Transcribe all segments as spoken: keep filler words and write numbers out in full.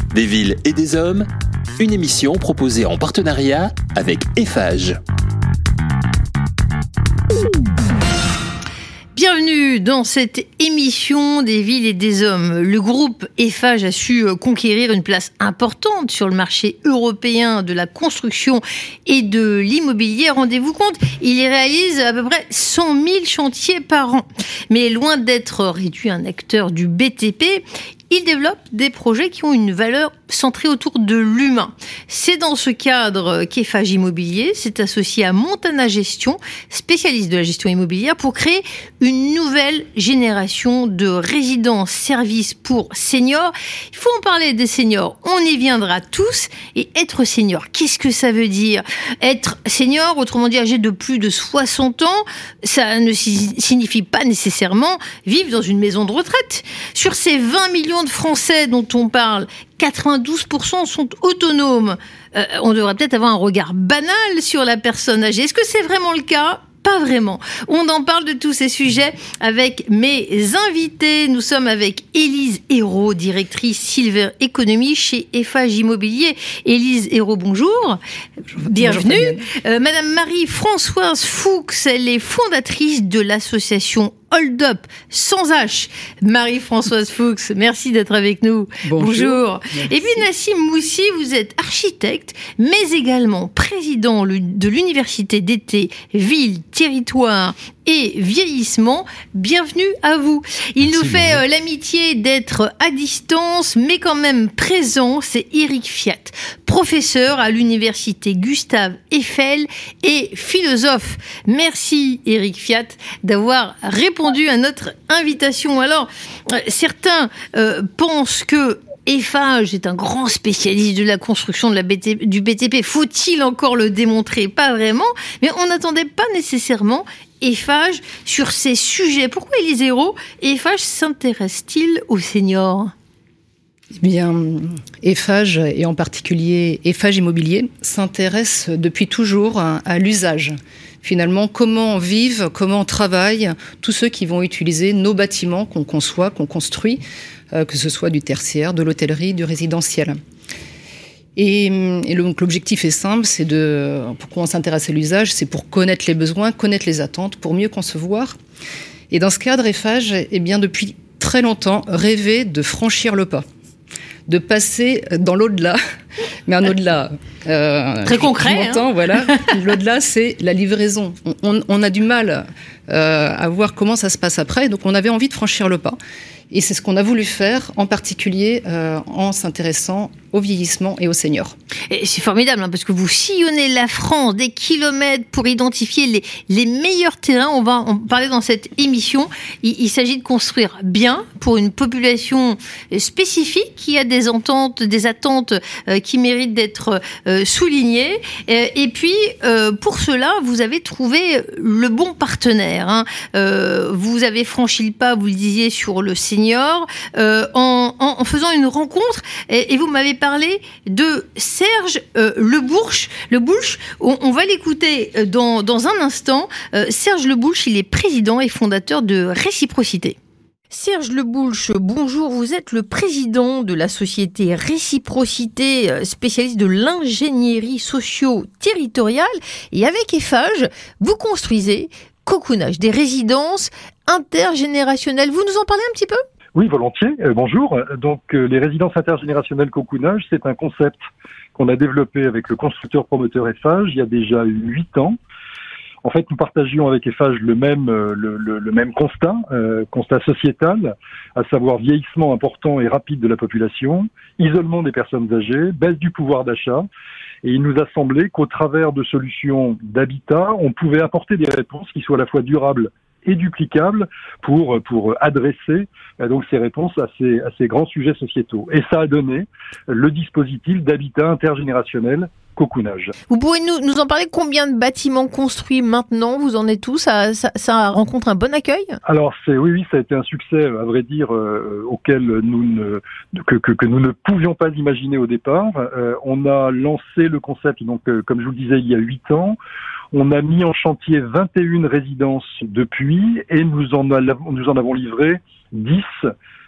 Des villes et des hommes, une émission proposée en partenariat avec Eiffage. Bienvenue dans cette émission des villes et des hommes. Le groupe Eiffage a su conquérir une place importante sur le marché européen de la construction et de l'immobilier. Rendez-vous compte, il y réalise à peu près cent mille chantiers par an. Mais loin d'être réduit à un acteur du B T P, il développe des projets qui ont une valeur centrée autour de l'humain. C'est dans ce cadre qu'Eiffage Immobilier s'est associé à Montana Gestion, spécialiste de la gestion immobilière, pour créer une nouvelle génération de résidences-services pour seniors. Il faut en parler des seniors, on y viendra tous. Et être senior, qu'est-ce que ça veut dire ? Être senior, autrement dit âgé de plus de soixante ans, ça ne signifie pas nécessairement vivre dans une maison de retraite. Sur ces vingt millions de Français dont on parle, quatre-vingt-douze pour cent sont autonomes. Euh, on devrait peut-être avoir un regard banal sur la personne âgée. Est-ce que c'est vraiment le cas ? Pas vraiment. On en parle de tous ces sujets avec mes invités. Nous sommes avec Élise Hérault, directrice Silver Economy chez Eiffage Immobilier. Élise Hérault, bonjour. Bienvenue. Bonjour, euh, Madame Marie-Françoise Fuchs, elle est fondatrice de l'association Hold Up, sans H. Marie-Françoise Fuchs, merci d'être avec nous. Bonjour. Bonjour. Et puis Nassim Moussi, vous êtes architecte, mais également président de l'université d'été Ville, Territoire et Vieillissement. Bienvenue à vous. Il merci, nous fait euh, l'amitié d'être à distance, mais quand même présent. C'est Éric Fiat, professeur à l'université Gustave Eiffel et philosophe. Merci Éric Fiat d'avoir répondu à notre invitation. Alors, euh, certains euh, pensent que Eiffage est un grand spécialiste de la construction de la B T P, du B T P. Faut-il encore le démontrer ? Pas vraiment, mais on n'attendait pas nécessairement Eiffage sur ces sujets. Pourquoi, Élise Hérault, Eiffage s'intéresse-t-il aux seniors ? Eh bien, Eiffage, et en particulier Eiffage Immobilier, s'intéresse depuis toujours à, à l'usage. Finalement, comment vivent, comment travaillent tous ceux qui vont utiliser nos bâtiments qu'on conçoit, qu'on construit, euh, que ce soit du tertiaire, de l'hôtellerie, du résidentiel. Et, et donc, l'objectif est simple, c'est de... Pourquoi on s'intéresse à l'usage ? C'est pour connaître les besoins, connaître les attentes, pour mieux concevoir. Et dans ce cadre, Eiffage, eh bien, depuis très longtemps, rêvait de franchir le pas, de passer dans l'au-delà, mais un au-delà euh, très concret. Hein. Voilà. L'au-delà, c'est la livraison. On, on, on a du mal euh, à voir comment ça se passe après, donc on avait envie de franchir le pas. Et c'est ce qu'on a voulu faire, en particulier euh, en s'intéressant au vieillissement et aux seniors. Et c'est formidable, hein, parce que vous sillonnez la France des kilomètres pour identifier les, les meilleurs terrains. On va en parler dans cette émission. Il, il s'agit de construire bien pour une population spécifique qui a des attentes, des attentes euh, qui méritent d'être euh, soulignées. Et, et puis, euh, pour cela, vous avez trouvé le bon partenaire. Hein. Euh, vous avez franchi le pas, vous le disiez, sur le senior, euh, en, en, en faisant une rencontre. Et, et vous m'avez parlé de Serge euh, Leboulch. Leboulch, on, on va l'écouter dans, dans un instant. Euh, Serge Leboulch, il est président et fondateur de Réciprocité. Serge Leboulch, bonjour. Vous êtes le président de la société Réciprocité, spécialiste de l'ingénierie socio-territoriale. Et avec Eiffage, vous construisez Cocoonage, des résidences intergénérationnelles. Vous nous en parlez un petit peu ? Oui, volontiers. Euh, bonjour. Donc, euh, les résidences intergénérationnelles Cocoonage, c'est un concept qu'on a développé avec le constructeur promoteur Eiffage il y a déjà huit ans. En fait, nous partagions avec Eiffage le même euh, le, le, le même constat, euh, constat sociétal, à savoir vieillissement important et rapide de la population, isolement des personnes âgées, baisse du pouvoir d'achat. Et il nous a semblé qu'au travers de solutions d'habitat, on pouvait apporter des réponses qui soient à la fois durables et duplicables pour pour adresser euh, donc ces réponses à ces à ces grands sujets sociétaux. Et ça a donné le dispositif d'habitat intergénérationnel Cocoonage. Vous pouvez nous nous en parler? Combien de bâtiments construits maintenant? Vous en êtes tous? Ça, ça, ça rencontre un bon accueil? Alors c'est oui oui ça a été un succès à vrai dire euh, auquel nous ne que, que que nous ne pouvions pas imaginer au départ. Euh, on a lancé le concept donc euh, comme je vous le disais il y a huit ans. On a mis en chantier vingt et une résidences depuis et nous en, a, nous en avons livré dix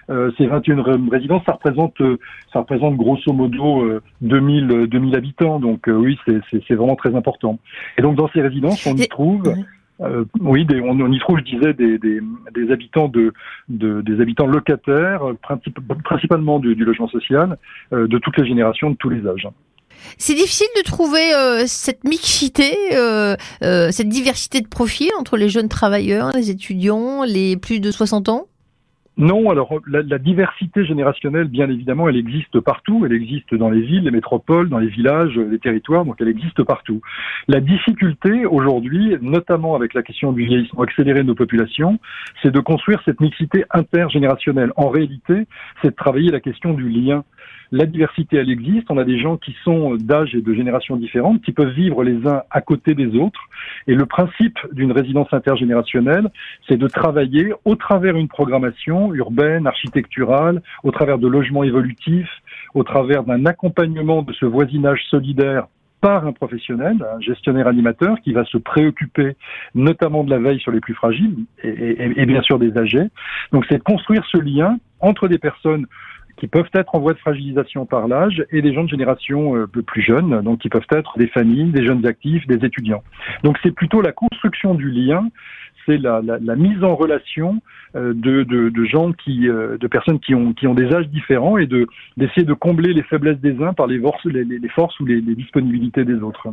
Euh, ces vingt et une résidences, ça représente, euh, ça représente grosso modo euh, deux mille, deux mille habitants. Donc euh, oui, c'est, c'est, c'est vraiment très important. Et donc dans ces résidences, on y trouve... Ouais. Euh, oui, des, on, on y trouve, je disais, des, des, des habitants de, de, des habitants locataires, princip, principalement du, du logement social, euh, de toutes les générations, de tous les âges. C'est difficile de trouver euh, cette mixité, euh, euh, cette diversité de profils entre les jeunes travailleurs, les étudiants, les plus de soixante ans ? Non, alors la, la diversité générationnelle, bien évidemment, elle existe partout. Elle existe dans les villes, les métropoles, dans les villages, les territoires, donc elle existe partout. La difficulté aujourd'hui, notamment avec la question du vieillissement accéléré de nos populations, c'est de construire cette mixité intergénérationnelle. En réalité, c'est de travailler la question du lien. La diversité, elle existe. On a des gens qui sont d'âge et de générations différentes, qui peuvent vivre les uns à côté des autres. Et le principe d'une résidence intergénérationnelle, c'est de travailler au travers d'une programmation urbaine, architecturale, au travers de logements évolutifs, au travers d'un accompagnement de ce voisinage solidaire par un professionnel, un gestionnaire animateur qui va se préoccuper notamment de la veille sur les plus fragiles et, et, et bien sûr des âgés. Donc c'est de construire ce lien entre des personnes qui peuvent être en voie de fragilisation par l'âge et des gens de génération euh, plus jeunes, donc qui peuvent être des familles, des jeunes actifs, des étudiants. Donc c'est plutôt la construction du lien, c'est la, la, la mise en relation euh, de, de, de gens qui, euh, de personnes qui ont, qui ont des âges différents et de, d'essayer de combler les faiblesses des uns par les forces, les, les forces ou les, les disponibilités des autres.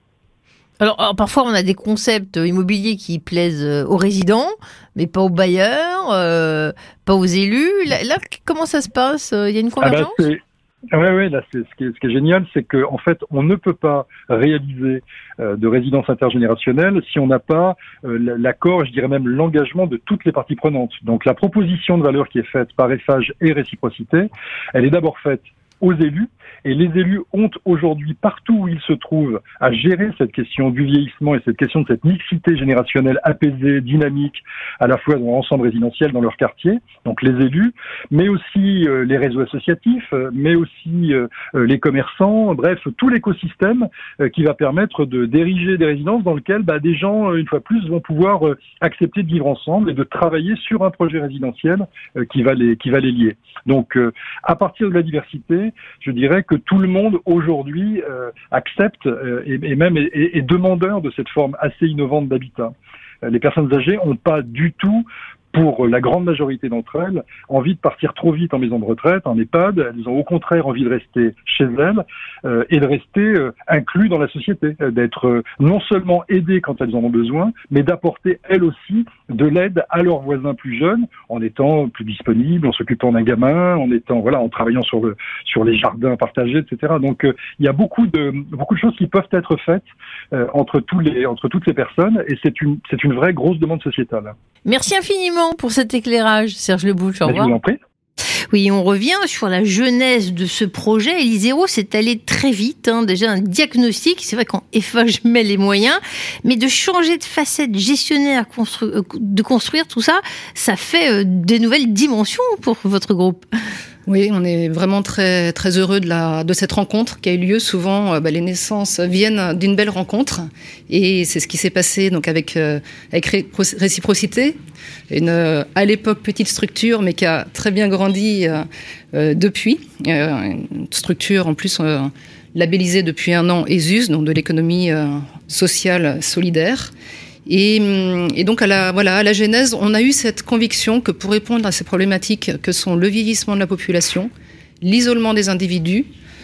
Alors, alors, parfois, on a des concepts immobiliers qui plaisent aux résidents, mais pas aux bailleurs, euh, pas aux élus. Là, là, comment ça se passe ? Il y a une convergence ? ah bah Oui, ouais, là, c'est, ce, qui est, ce qui est génial, c'est qu'en en fait, on ne peut pas réaliser euh, de résidence intergénérationnelle si on n'a pas euh, l'accord, je dirais même l'engagement de toutes les parties prenantes. Donc, la proposition de valeur qui est faite par Eiffage et Réciprocité, elle est d'abord faite aux élus, et les élus ont aujourd'hui, partout où ils se trouvent, à gérer cette question du vieillissement et cette question de cette mixité générationnelle apaisée, dynamique, à la fois dans l'ensemble résidentiel, dans leur quartier, donc les élus, mais aussi euh, les réseaux associatifs, euh, mais aussi euh, les commerçants, bref, tout l'écosystème euh, qui va permettre de d'ériger des résidences dans lesquelles bah, des gens, une fois plus, vont pouvoir euh, accepter de vivre ensemble et de travailler sur un projet résidentiel euh, qui va les, qui va les lier. Donc, euh, à partir de la diversité, je dirais que tout le monde aujourd'hui euh, accepte euh, et, et même est, est demandeur de cette forme assez innovante d'habitat. Euh, les personnes âgées n'ont pas du tout, pour la grande majorité d'entre elles, envie de partir trop vite en maison de retraite, en EHPAD. Elles ont au contraire envie de rester chez elles euh, et de rester euh, inclus dans la société, euh, d'être euh, non seulement aidées quand elles en ont besoin, mais d'apporter elles aussi de l'aide à leurs voisins plus jeunes, en étant plus disponibles, en s'occupant d'un gamin, en étant voilà, en travaillant sur le sur les jardins partagés, et cetera. Donc euh, il y a beaucoup de beaucoup de choses qui peuvent être faites euh, entre tous les entre toutes ces personnes, et c'est une c'est une vraie grosse demande sociétale. Merci infiniment pour cet éclairage, Serge Lebouche. Au revoir. Je vous en prie. Oui, on revient sur la genèse de ce projet. Eliseo, c'est allé très vite. Hein. Déjà un diagnostic, c'est vrai qu'en Eiffage met les moyens, mais de changer de facette gestionnaire, constru- de construire tout ça, ça fait des nouvelles dimensions pour votre groupe. Oui, on est vraiment très très heureux de la de cette rencontre qui a eu lieu. Souvent, euh, bah, les naissances viennent d'une belle rencontre, et c'est ce qui s'est passé donc avec euh, avec Réciprocité, une euh, à l'époque petite structure, mais qui a très bien grandi euh, euh, depuis. Euh, une structure en plus euh, labellisée depuis un an E S U S, donc de l'économie euh, sociale solidaire. Et, et donc, à la, voilà, à la genèse, on a eu cette conviction que pour répondre à ces problématiques que sont le vieillissement de la population, l'isolement des individus,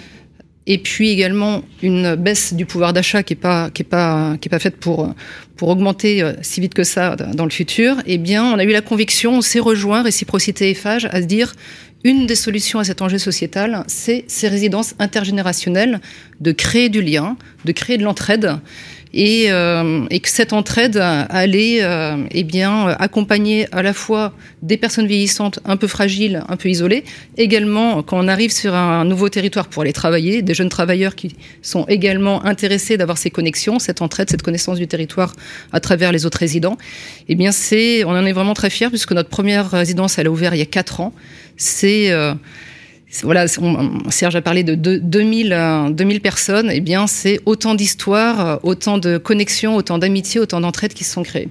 et puis également une baisse du pouvoir d'achat qui n'est pas, qui est pas, qui est pas faite pour, pour augmenter si vite que ça dans le futur, eh bien, on a eu la conviction, on s'est rejoint, Réciprocité et Eiffage, à se dire une des solutions à cet enjeu sociétal, c'est ces résidences intergénérationnelles, de créer du lien, de créer de l'entraide, Et, euh, et que cette entraide allait euh, eh bien, accompagner à la fois des personnes vieillissantes un peu fragiles, un peu isolées, également quand on arrive sur un nouveau territoire pour aller travailler, des jeunes travailleurs qui sont également intéressés d'avoir ces connexions, cette entraide, cette connaissance du territoire à travers les autres résidents. Eh bien, c'est, on en est vraiment très fiers puisque notre première résidence, elle a ouvert il y a quatre ans. C'est... Euh, Voilà, on, Serge a parlé de deux mille personnes, eh bien c'est autant d'histoires, autant de connexions, autant d'amitiés, autant d'entraides qui se sont créées.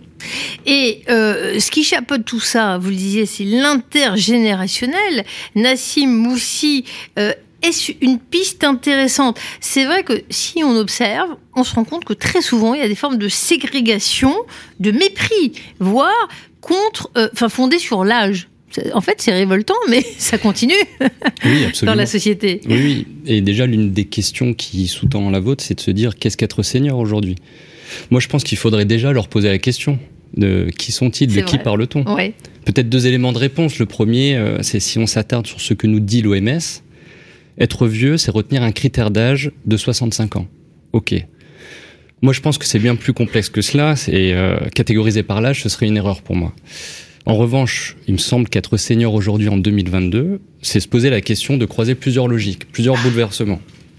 Et euh, ce qui chapeaute tout ça, vous le disiez, c'est l'intergénérationnel. Nassim Moussi, euh, est-ce une piste intéressante ? C'est vrai que si on observe, on se rend compte que très souvent, il y a des formes de ségrégation, de mépris, voire contre, euh, enfin fondées sur l'âge. En fait, c'est révoltant, mais ça continue oui, absolument. Dans la société. Oui, oui, et déjà, l'une des questions qui sous-tend la vôtre, c'est de se dire, qu'est-ce qu'être senior aujourd'hui ? Moi, je pense qu'il faudrait déjà leur poser la question de qui sont-ils, de qui parle-t-on ? Ouais. Peut-être deux éléments de réponse. Le premier, euh, c'est si on s'attarde sur ce que nous dit l'O M S, être vieux, c'est retenir un critère d'âge de soixante-cinq ans. Ok. Moi, je pense que c'est bien plus complexe que cela. C'est, euh, catégoriser par l'âge, ce serait une erreur pour moi. En revanche, il me semble qu'être senior aujourd'hui en deux mille vingt-deux, c'est se poser la question de croiser plusieurs logiques, plusieurs bouleversements,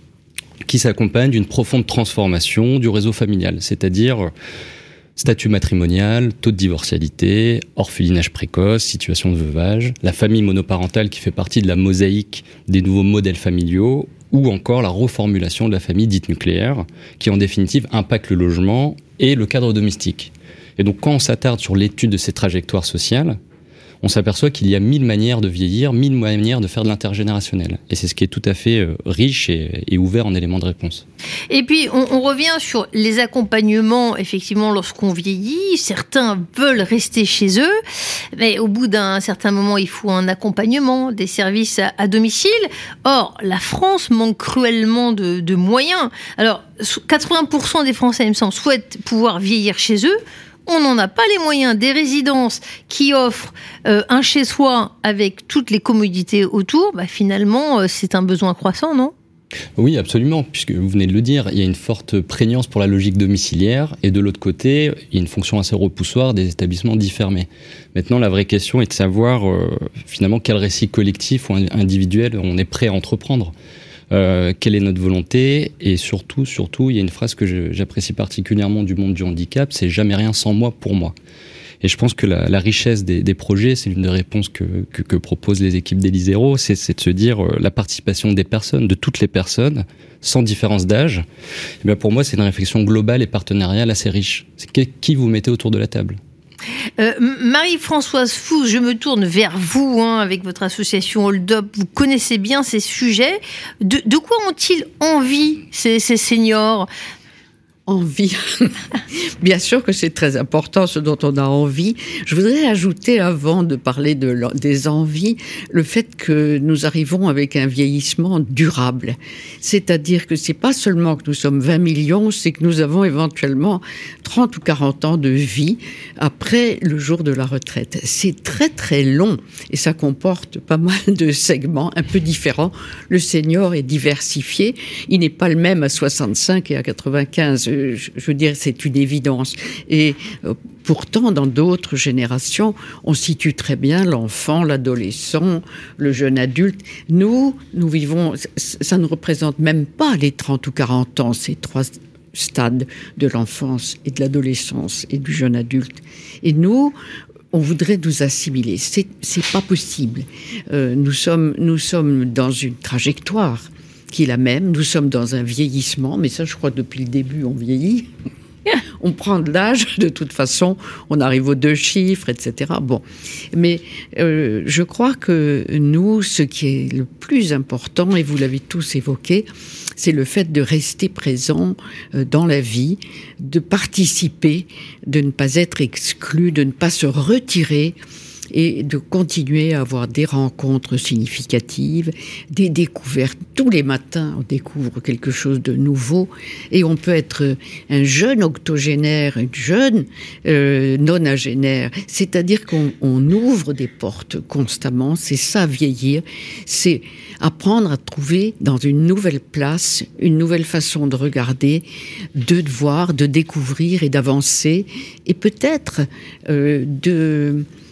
qui s'accompagnent d'une profonde transformation du réseau familial, c'est-à-dire statut matrimonial, taux de divorcialité, orphelinage précoce, situation de veuvage, la famille monoparentale qui fait partie de la mosaïque des nouveaux modèles familiaux, ou encore la reformulation de la famille dite nucléaire, qui en définitive impacte le logement et le cadre domestique. Et donc quand on s'attarde sur l'étude de ces trajectoires sociales, on s'aperçoit qu'il y a mille manières de vieillir, mille manières de faire de l'intergénérationnel. Et c'est ce qui est tout à fait euh, riche et, et ouvert en éléments de réponse. Et puis, on, on revient sur les accompagnements, effectivement, lorsqu'on vieillit. Certains veulent rester chez eux, mais au bout d'un certain moment, il faut un accompagnement, des services à, à domicile. Or, la France manque cruellement de, de moyens. Alors, quatre-vingts pour cent des Français, il me semble, souhaitent pouvoir vieillir chez eux. On n'en a pas les moyens. Des résidences qui offrent euh, un chez-soi avec toutes les commodités autour, bah finalement, euh, c'est un besoin croissant, non ? Oui, absolument, puisque vous venez de le dire, il y a une forte prégnance pour la logique domiciliaire, et de l'autre côté, il y a une fonction assez repoussoire des établissements dits fermés. Maintenant, la vraie question est de savoir, euh, finalement, quel récit collectif ou individuel on est prêt à entreprendre. Euh, quelle est notre volonté, et surtout, surtout, il y a une phrase que je, j'apprécie particulièrement du monde du handicap, c'est « jamais rien sans moi pour moi ». Et je pense que la, la richesse des, des projets, c'est l'une des réponses que, que, que proposent les équipes d'Elisero, c'est, c'est de se dire euh, la participation des personnes, de toutes les personnes, sans différence d'âge. Et bien pour moi, c'est une réflexion globale et partenariale assez riche. C'est que, qui vous mettez autour de la table ? Euh, Marie-Françoise Fous, je me tourne vers vous, hein, avec votre association Hold Up. Vous connaissez bien ces sujets. De, de quoi ont-ils envie, ces, ces seniors ? Envie. Bien sûr que c'est très important ce dont on a envie. Je voudrais ajouter, avant de parler de, des envies, le fait que nous arrivons avec un vieillissement durable. C'est-à-dire que c'est pas seulement que nous sommes vingt millions, c'est que nous avons éventuellement trente ou quarante ans de vie après le jour de la retraite. C'est très très long et ça comporte pas mal de segments un peu différents. Le senior est diversifié. Il n'est pas le même à soixante-cinq et à quatre-vingt-quinze. Je veux dire, c'est une évidence. Et euh, pourtant, dans d'autres générations, on situe très bien l'enfant, l'adolescent, le jeune adulte. Nous, nous vivons, ça ne représente même pas les trente ou quarante ans, ces trois stades de l'enfance et de l'adolescence et du jeune adulte. Et nous, on voudrait nous assimiler. C'est, c'est pas possible. Euh, nous sommes, nous sommes dans une trajectoire qui est la même. Nous sommes dans un vieillissement, mais ça, je crois, depuis le début, on vieillit. On prend de l'âge, de toute façon, on arrive aux deux chiffres, et cetera. Bon, mais euh, je crois que nous, ce qui est le plus important, et vous l'avez tous évoqué, c'est le fait de rester présent euh, dans la vie, de participer, de ne pas être exclu, de ne pas se retirer, et de continuer à avoir des rencontres significatives, des découvertes. Tous les matins, on découvre quelque chose de nouveau et on peut être un jeune octogénaire, une jeune euh, nonagénaire. C'est-à-dire qu'on on ouvre des portes constamment. C'est ça, vieillir. C'est apprendre à trouver dans une nouvelle place, une nouvelle façon de regarder, de voir, de découvrir et d'avancer. Et peut-être euh, de...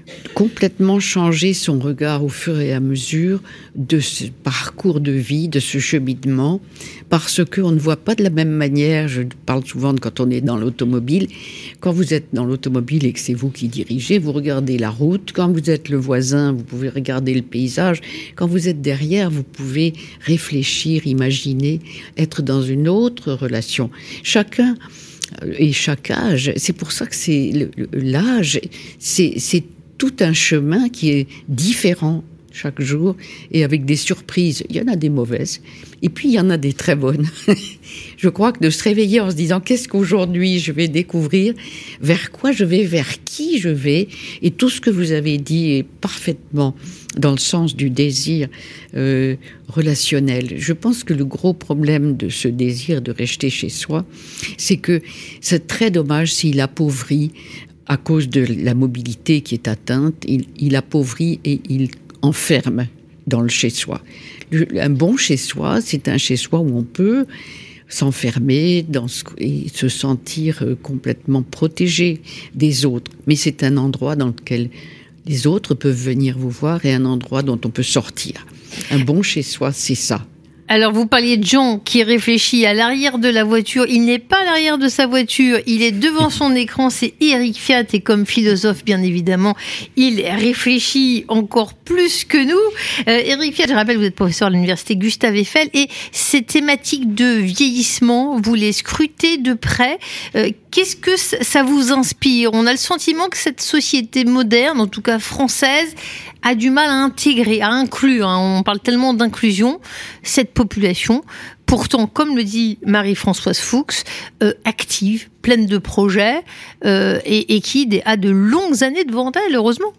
complètement changer son regard au fur et à mesure de ce parcours de vie, de ce cheminement, parce qu'on ne voit pas de la même manière. Je parle souvent de quand on est dans l'automobile. Quand vous êtes dans l'automobile et que c'est vous qui dirigez, vous regardez la route. Quand vous êtes le voisin, vous pouvez regarder le paysage. Quand vous êtes derrière, vous pouvez réfléchir, imaginer, être dans une autre relation. Chacun et chaque âge, c'est pour ça que c'est le, l'âge, c'est, c'est tout un chemin qui est différent chaque jour et avec des surprises. Il y en a des mauvaises et puis il y en a des très bonnes. Je crois que de se réveiller en se disant qu'est-ce qu'aujourd'hui je vais découvrir, vers quoi je vais, vers qui je vais, et tout ce que vous avez dit est parfaitement dans le sens du désir euh, relationnel. Je pense que le gros problème de ce désir de rester chez soi, c'est que c'est très dommage s'il appauvrit à cause de la mobilité qui est atteinte, il, il appauvrit et il enferme dans le chez-soi. Le, un bon chez-soi, c'est un chez-soi où on peut s'enfermer dans ce, et se sentir complètement protégé des autres. Mais c'est un endroit dans lequel les autres peuvent venir vous voir et un endroit dont on peut sortir. Un bon chez-soi, c'est ça. Alors, vous parliez de Jean qui réfléchit à l'arrière de la voiture. Il n'est pas à l'arrière de sa voiture, il est devant son écran. C'est Éric Fiat et comme philosophe, bien évidemment, il réfléchit encore plus que nous. Euh, Éric Fiat, je rappelle, vous êtes professeur à l'université Gustave Eiffel et ces thématiques de vieillissement, vous les scrutez de près. Euh, qu'est-ce que ça vous inspire ? On a le sentiment que cette société moderne, en tout cas française, a du mal à intégrer, à inclure. Hein. On parle tellement d'inclusion, cette population, pourtant, comme le dit Marie-Françoise Fuchs, euh, active, pleine de projets, euh, et, et qui a de longues années devant elle, heureusement.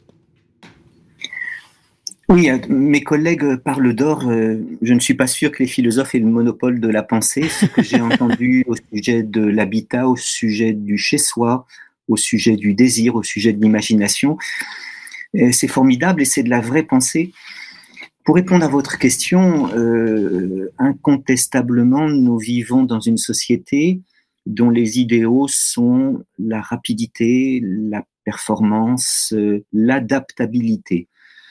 Oui, mes collègues parlent d'or. Je ne suis pas sûr que les philosophes aient le monopole de la pensée. Ce que j'ai entendu au sujet de l'habitat, au sujet du chez-soi, au sujet du désir, au sujet de l'imagination, c'est formidable et c'est de la vraie pensée. Pour répondre à votre question, euh, incontestablement, nous vivons dans une société dont les idéaux sont la rapidité, la performance, euh, l'adaptabilité.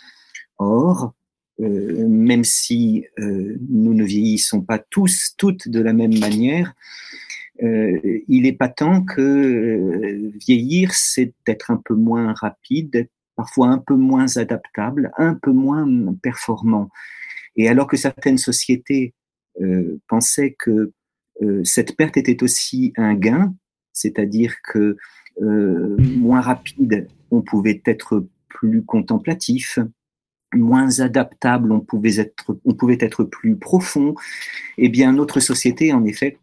Or, euh, même si euh, nous ne vieillissons pas tous, toutes de la même manière, euh, il est patent que euh, vieillir, c'est être un peu moins rapide, être parfois un peu moins adaptable, un peu moins performant. Et alors que certaines sociétés euh, pensaient que euh, cette perte était aussi un gain, c'est-à-dire que euh, moins rapide, on pouvait être plus contemplatif, moins adaptable, on pouvait être, on pouvait être plus profond. Eh bien, notre société, en effet,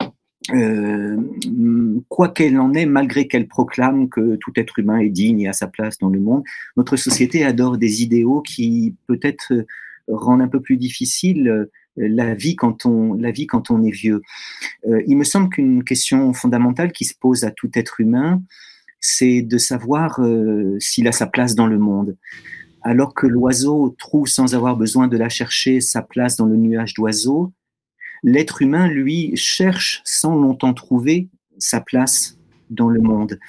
Euh, quoi qu'elle en est, malgré qu'elle proclame que tout être humain est digne et a sa place dans le monde, notre société adore des idéaux qui peut-être rendent un peu plus difficile la vie quand on, la vie quand on est vieux. Euh, il me semble qu'une question fondamentale qui se pose à tout être humain, c'est de savoir euh, s'il a sa place dans le monde. Alors que l'oiseau trouve sans avoir besoin de la chercher sa place dans le nuage d'oiseaux, l'être humain, lui, cherche sans longtemps trouver sa place dans le monde.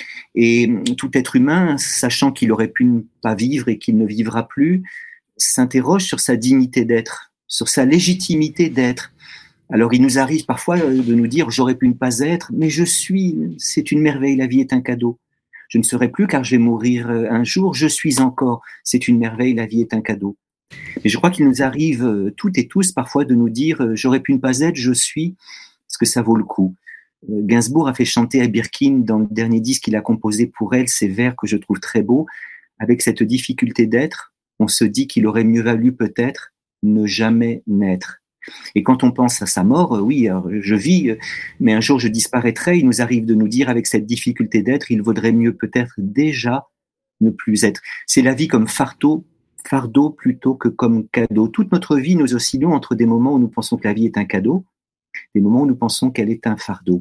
Et tout être humain, sachant qu'il aurait pu ne pas vivre et qu'il ne vivra plus, s'interroge sur sa dignité d'être, sur sa légitimité d'être. Alors il nous arrive parfois de nous dire « j'aurais pu ne pas être, mais je suis, c'est une merveille, la vie est un cadeau. Je ne serai plus car je vais mourir un jour, je suis encore, c'est une merveille, la vie est un cadeau. » Et je crois qu'il nous arrive toutes et tous parfois de nous dire « j'aurais pu ne pas être, je suis, est-ce que ça vaut le coup ?» Gainsbourg a fait chanter à Birkin dans le dernier disque qu'il a composé pour elle ces vers que je trouve très beaux. Avec cette difficulté d'être, on se dit qu'il aurait mieux valu peut-être ne jamais naître. Et quand on pense à sa mort, oui, alors je vis, mais un jour je disparaîtrai. Il nous arrive de nous dire avec cette difficulté d'être, il vaudrait mieux peut-être déjà ne plus être. C'est la vie comme fardeau, fardeau plutôt que comme cadeau. Toute notre vie, nous oscillons entre des moments où nous pensons que la vie est un cadeau, des moments où nous pensons qu'elle est un fardeau.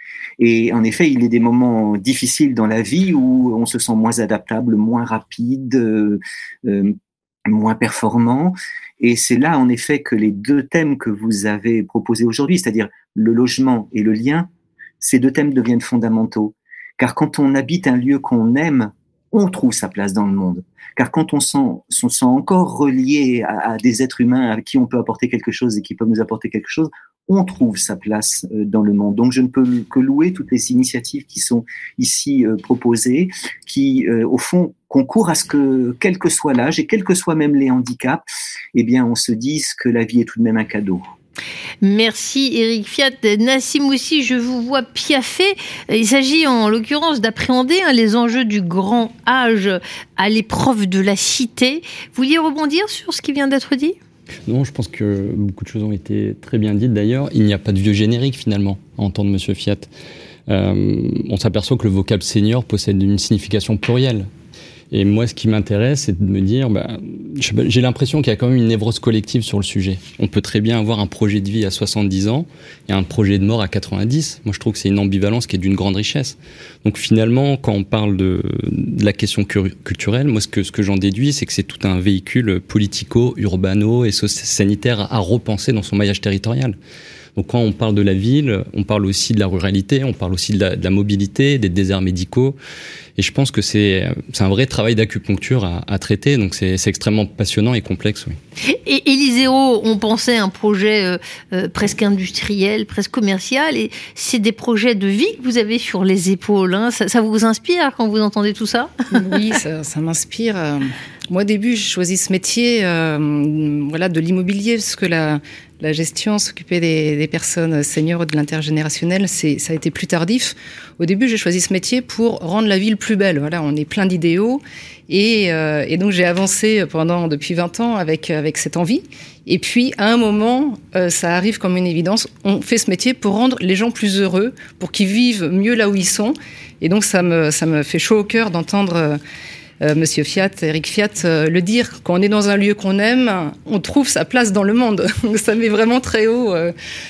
Et en effet, il y a des moments difficiles dans la vie où on se sent moins adaptable, moins rapide, euh, euh, moins performant. Et c'est là, en effet, que les deux thèmes que vous avez proposés aujourd'hui, c'est-à-dire le logement et le lien, ces deux thèmes deviennent fondamentaux. Car quand on habite un lieu qu'on aime, on trouve sa place dans le monde. Car quand on sent, on se sent encore relié à, à des êtres humains à qui on peut apporter quelque chose et qui peuvent nous apporter quelque chose, on trouve sa place dans le monde. Donc je ne peux que louer toutes les initiatives qui sont ici euh, proposées, qui euh, au fond concourent à ce que, quel que soit l'âge et quels que soient même les handicaps, eh bien on se dise que la vie est tout de même un cadeau. Merci Éric Fiat. Nassim aussi, je vous vois piaffer. Il s'agit en l'occurrence d'appréhender hein, les enjeux du grand âge à l'épreuve de la cité. Vous vouliez rebondir sur ce qui vient d'être dit ? Non, je pense que beaucoup de choses ont été très bien dites d'ailleurs. Il n'y a pas de vieux générique finalement, à entendre Monsieur Fiat. Euh, on s'aperçoit que le vocable senior possède une signification plurielle. Et moi, ce qui m'intéresse, c'est de me dire, bah, j'ai l'impression qu'il y a quand même une névrose collective sur le sujet. On peut très bien avoir un projet de vie à soixante-dix ans et un projet de mort à quatre-vingt-dix. Moi, je trouve que c'est une ambivalence qui est d'une grande richesse. Donc finalement, quand on parle de, de la question culturelle, moi, ce que, ce que j'en déduis, c'est que c'est tout un véhicule politico, urbano et sanitaire à repenser dans son maillage territorial. Donc quand on parle de la ville, on parle aussi de la ruralité, on parle aussi de la, de la mobilité, des déserts médicaux. Et je pense que c'est, c'est un vrai travail d'acupuncture à, à traiter. Donc c'est, c'est extrêmement passionnant et complexe. Oui. Et Élyséo, on pensait à un projet euh, euh, presque industriel, presque commercial. Et c'est des projets de vie que vous avez sur les épaules. Hein. Ça, ça vous inspire quand vous entendez tout ça ? Oui, ça, ça m'inspire. Moi, au début, j'ai choisi ce métier euh, voilà, de l'immobilier parce que la... La gestion, s'occuper des, des personnes seniors et de l'intergénérationnel, c'est, ça a été plus tardif. Au début, j'ai choisi ce métier pour rendre la ville plus belle. Voilà, on est plein d'idéaux. Et, euh, et donc, j'ai avancé pendant, depuis vingt ans avec, avec cette envie. Et puis, à un moment, euh, ça arrive comme une évidence. On fait ce métier pour rendre les gens plus heureux, pour qu'ils vivent mieux là où ils sont. Et donc, ça me, ça me fait chaud au cœur d'entendre... Euh, Euh, Monsieur Fiat, Éric Fiat, euh, le dire, quand on est dans un lieu qu'on aime, on trouve sa place dans le monde. Ça met vraiment très haut, euh,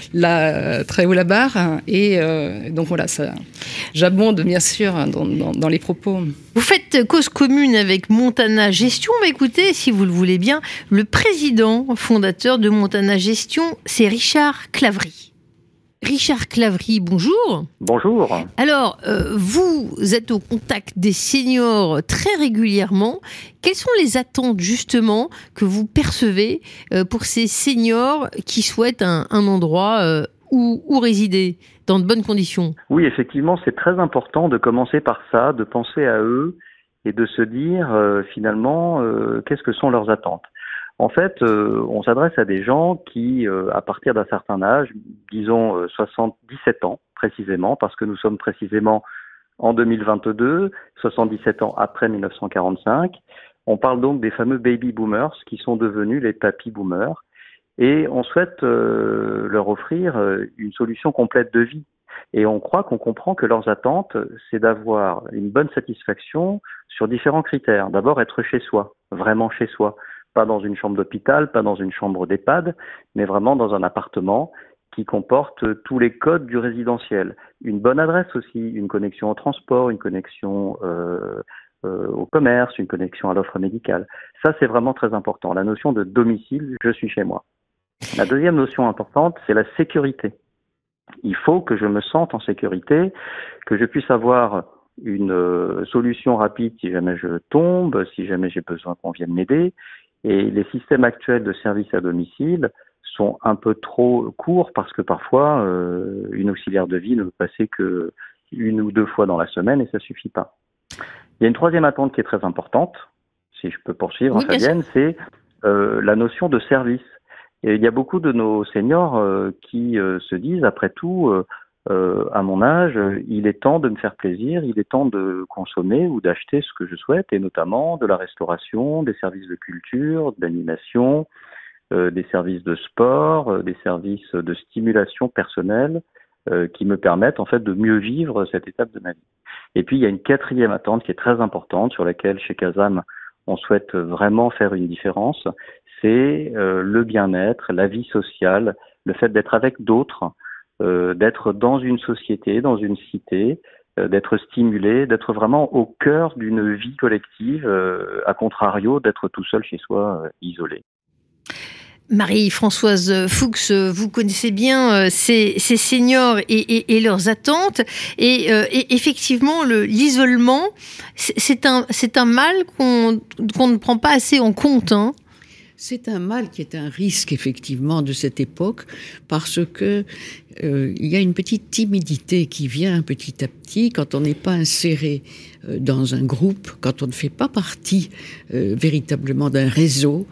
la, très haut la barre. Et euh, donc voilà, ça, j'abonde bien sûr dans, dans, dans les propos. Vous faites cause commune avec Montana Gestion. Bah, écoutez, si vous le voulez bien, le président fondateur de Montana Gestion, c'est Richard Clavry. Richard Clavry, bonjour. Bonjour. Alors, euh, vous êtes au contact des seniors très régulièrement. Quelles sont les attentes justement que vous percevez euh, pour ces seniors qui souhaitent un, un endroit euh, où, où résider dans de bonnes conditions ? Oui, effectivement, c'est très important de commencer par ça, de penser à eux et de se dire euh, finalement euh, qu'est-ce que sont leurs attentes. En fait, euh, on s'adresse à des gens qui, euh, à partir d'un certain âge, disons euh, soixante-dix-sept ans précisément, parce que nous sommes précisément en deux mille vingt-deux, soixante-dix-sept ans après mille neuf cent quarante-cinq, on parle donc des fameux baby boomers qui sont devenus les papy boomers, et on souhaite euh, leur offrir euh, une solution complète de vie. Et on croit qu'on comprend que leurs attentes, c'est d'avoir une bonne satisfaction sur différents critères. D'abord, être chez soi, vraiment chez soi. Pas dans une chambre d'hôpital, pas dans une chambre d'EHPAD, mais vraiment dans un appartement qui comporte tous les codes du résidentiel. Une bonne adresse aussi, une connexion au transport, une connexion euh, euh, au commerce, une connexion à l'offre médicale. Ça, c'est vraiment très important. La notion de domicile, je suis chez moi. La deuxième notion importante, c'est la sécurité. Il faut que je me sente en sécurité, que je puisse avoir une euh, solution rapide si jamais je tombe, si jamais j'ai besoin qu'on vienne m'aider. Et les systèmes actuels de services à domicile sont un peu trop courts parce que parfois, euh, une auxiliaire de vie ne peut passer que une ou deux fois dans la semaine et ça suffit pas. Il y a une troisième attente qui est très importante, si je peux poursuivre, oui, Fabienne, c'est euh, la notion de service. Et il y a beaucoup de nos seniors euh, qui euh, se disent, après tout, euh, euh, à mon âge, il est temps de me faire plaisir, il est temps de consommer ou d'acheter ce que je souhaite, et notamment de la restauration, des services de culture, d'animation, euh, des services de sport, euh, des services de stimulation personnelle euh, qui me permettent en fait de mieux vivre cette étape de ma vie. Et puis il y a une quatrième attente qui est très importante, sur laquelle chez Casam on souhaite vraiment faire une différence, c'est euh, le bien-être, la vie sociale, le fait d'être avec d'autres, Euh, d'être dans une société, dans une cité, euh, d'être stimulé, d'être vraiment au cœur d'une vie collective, euh, à contrario d'être tout seul chez soi, euh, isolé. Marie-Françoise Fuchs, vous connaissez bien ces, ces seniors et, et, et leurs attentes. Et, euh, et effectivement, le, l'isolement, c'est, c'est, un, c'est un mal qu'on, qu'on ne prend pas assez en compte, hein. C'est un mal qui est un risque, effectivement, de cette époque, parce que euh, il y a une petite timidité qui vient petit à petit quand on n'est pas inséré euh, dans un groupe, quand on ne fait pas partie euh, véritablement d'un réseau.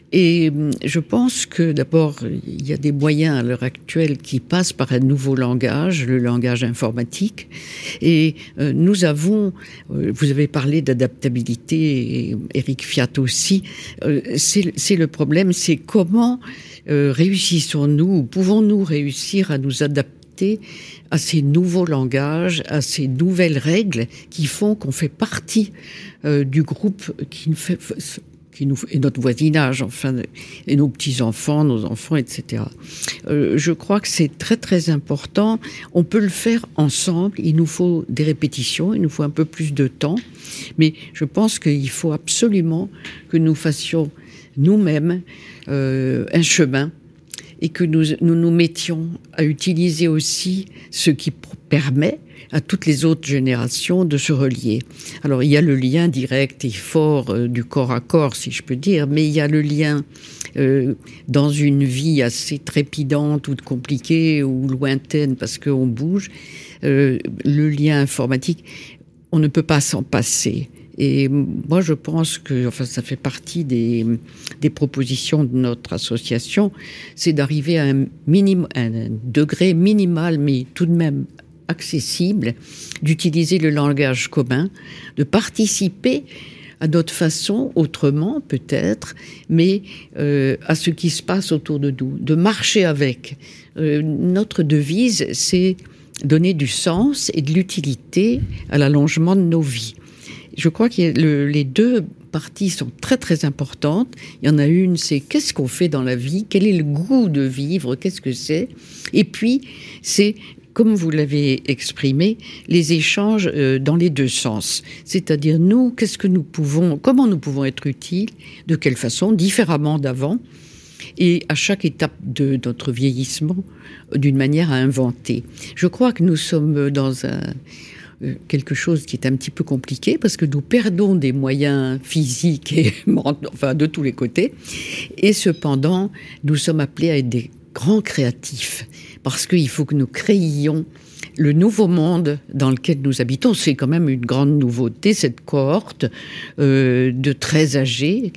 Et euh, je pense que, d'abord, il y a des moyens à l'heure actuelle qui passent par un nouveau langage, le langage informatique. Et euh, nous avons, euh, vous avez parlé d'adaptabilité, et Éric Fiat aussi, euh, c'est, c'est le problème, c'est comment euh, réussissons-nous, ou pouvons-nous réussir à nous adapter à ces nouveaux langages, à ces nouvelles règles qui font qu'on fait partie euh, du groupe qui nous fait... Qui nous, et notre voisinage, enfin, et nos petits-enfants, nos enfants, et cetera. Euh, je crois que c'est très, très important. On peut le faire ensemble. Il nous faut des répétitions, il nous faut un peu plus de temps. Mais je pense qu'il faut absolument que nous fassions nous-mêmes euh, un chemin et que nous, nous nous mettions à utiliser aussi ce qui permet à toutes les autres générations de se relier. Alors, il y a le lien direct et fort euh, du corps à corps, si je peux dire, mais il y a le lien euh, dans une vie assez trépidante ou compliquée ou lointaine parce qu'on bouge. Euh, le lien informatique, on ne peut pas s'en passer. Et moi, je pense que, enfin, ça fait partie des, des propositions de notre association, c'est d'arriver à un, minim, un degré minimal, mais tout de même accessible, d'utiliser le langage commun, de participer à notre façon, autrement peut-être, mais euh, à ce qui se passe autour de nous, de marcher avec. Euh, notre devise, c'est donner du sens et de l'utilité à l'allongement de nos vies. Je crois que le, les deux parties sont très très importantes. Il y en a une, c'est qu'est-ce qu'on fait dans la vie, quel est le goût de vivre, qu'est-ce que c'est. Et puis, c'est, comme vous l'avez exprimé, les échanges euh, dans les deux sens. C'est-à-dire, nous, qu'est-ce que nous pouvons, comment nous pouvons être utiles, de quelle façon, différemment d'avant, et à chaque étape de notre vieillissement, d'une manière à inventer. Je crois que nous sommes dans un... quelque chose qui est un petit peu compliqué parce que nous perdons des moyens physiques et enfin de tous les côtés, et cependant nous sommes appelés à être des grands créatifs parce qu'il faut que nous créions le nouveau monde dans lequel nous habitons. C'est quand même une grande nouveauté, cette cohorte euh, de très âgés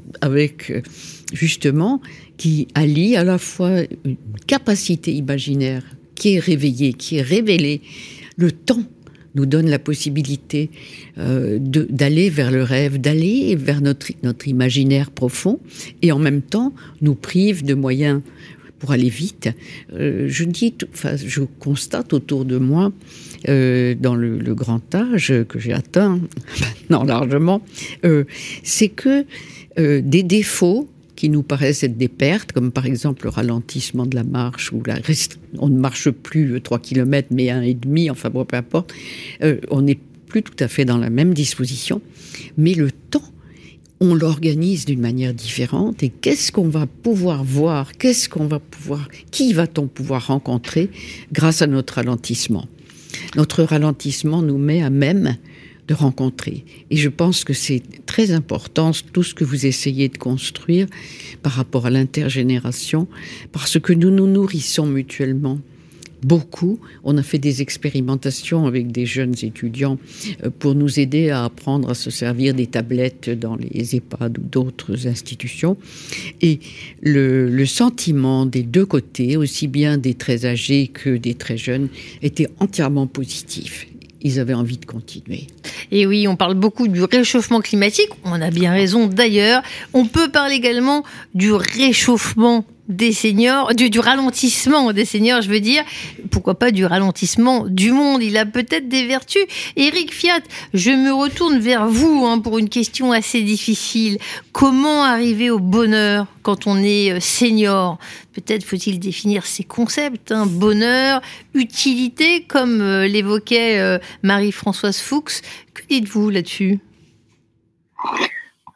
avec justement qui allie à la fois une capacité imaginaire qui est réveillée, qui est révélée. Le temps nous donne la possibilité euh, de, d'aller vers le rêve, d'aller vers notre, notre imaginaire profond, et en même temps nous prive de moyens pour aller vite. Euh, je dis, enfin, je constate autour de moi, euh, dans le, le grand âge que j'ai atteint, non largement, euh, c'est que euh, des défauts qui nous paraissent être des pertes, comme par exemple le ralentissement de la marche, ou la rest... on ne marche plus trois kilomètres, mais un et demi, enfin bon, peu importe, euh, on n'est plus tout à fait dans la même disposition, mais le temps, on l'organise d'une manière différente, et qu'est-ce qu'on va pouvoir voir, qu'est-ce qu'on va pouvoir, qui va-t-on pouvoir rencontrer grâce à notre ralentissement. Notre ralentissement nous met à même de rencontrer. Et je pense que c'est très important, tout ce que vous essayez de construire par rapport à l'intergénération, parce que nous nous nourrissons mutuellement beaucoup. On a fait des expérimentations avec des jeunes étudiants pour nous aider à apprendre à se servir des tablettes dans les EHPAD ou d'autres institutions. Et le, le sentiment des deux côtés, aussi bien des très âgés que des très jeunes, était entièrement positif. Ils avaient envie de continuer. Et oui, on parle beaucoup du réchauffement climatique. On a bien raison d'ailleurs. On peut parler également du réchauffement des seniors, du, du ralentissement des seniors, je veux dire. Pourquoi pas du ralentissement du monde? Il a peut-être des vertus. Éric Fiat, je me retourne vers vous hein, pour une question assez difficile. Comment arriver au bonheur quand on est senior? Peut-être faut-il définir ces concepts, hein, bonheur, utilité, comme euh, l'évoquait euh, Marie-Françoise Fuchs. Que dites-vous là-dessus?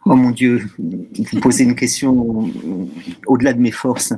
Oh mon Dieu, vous posez une question au-delà de mes forces.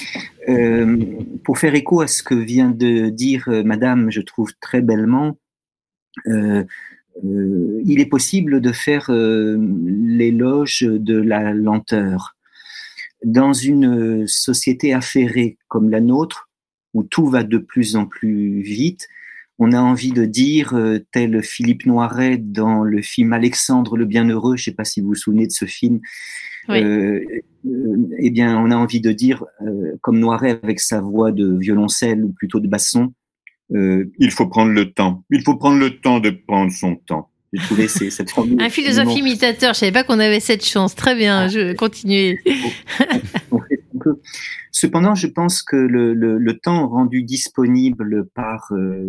Euh, pour faire écho à ce que vient de dire Madame, je trouve très bellement, euh, euh, il est possible de faire euh, l'éloge de la lenteur. Dans une société affairée comme la nôtre, où tout va de plus en plus vite, on a envie de dire, euh, tel Philippe Noiret dans le film Alexandre le Bienheureux, je ne sais pas si vous vous souvenez de ce film, oui. euh, euh, eh bien, on a envie de dire, euh, comme Noiret avec sa voix de violoncelle ou plutôt de basson, euh, il faut prendre le temps, il faut prendre le temps de prendre son temps. J'ai trouvé ces, cette formule. Un philosophe imitateur, je savais pas qu'on avait cette chance. Très bien, ah. je continue. on fait un peu. Cependant, je pense que le, le, le temps rendu disponible par euh,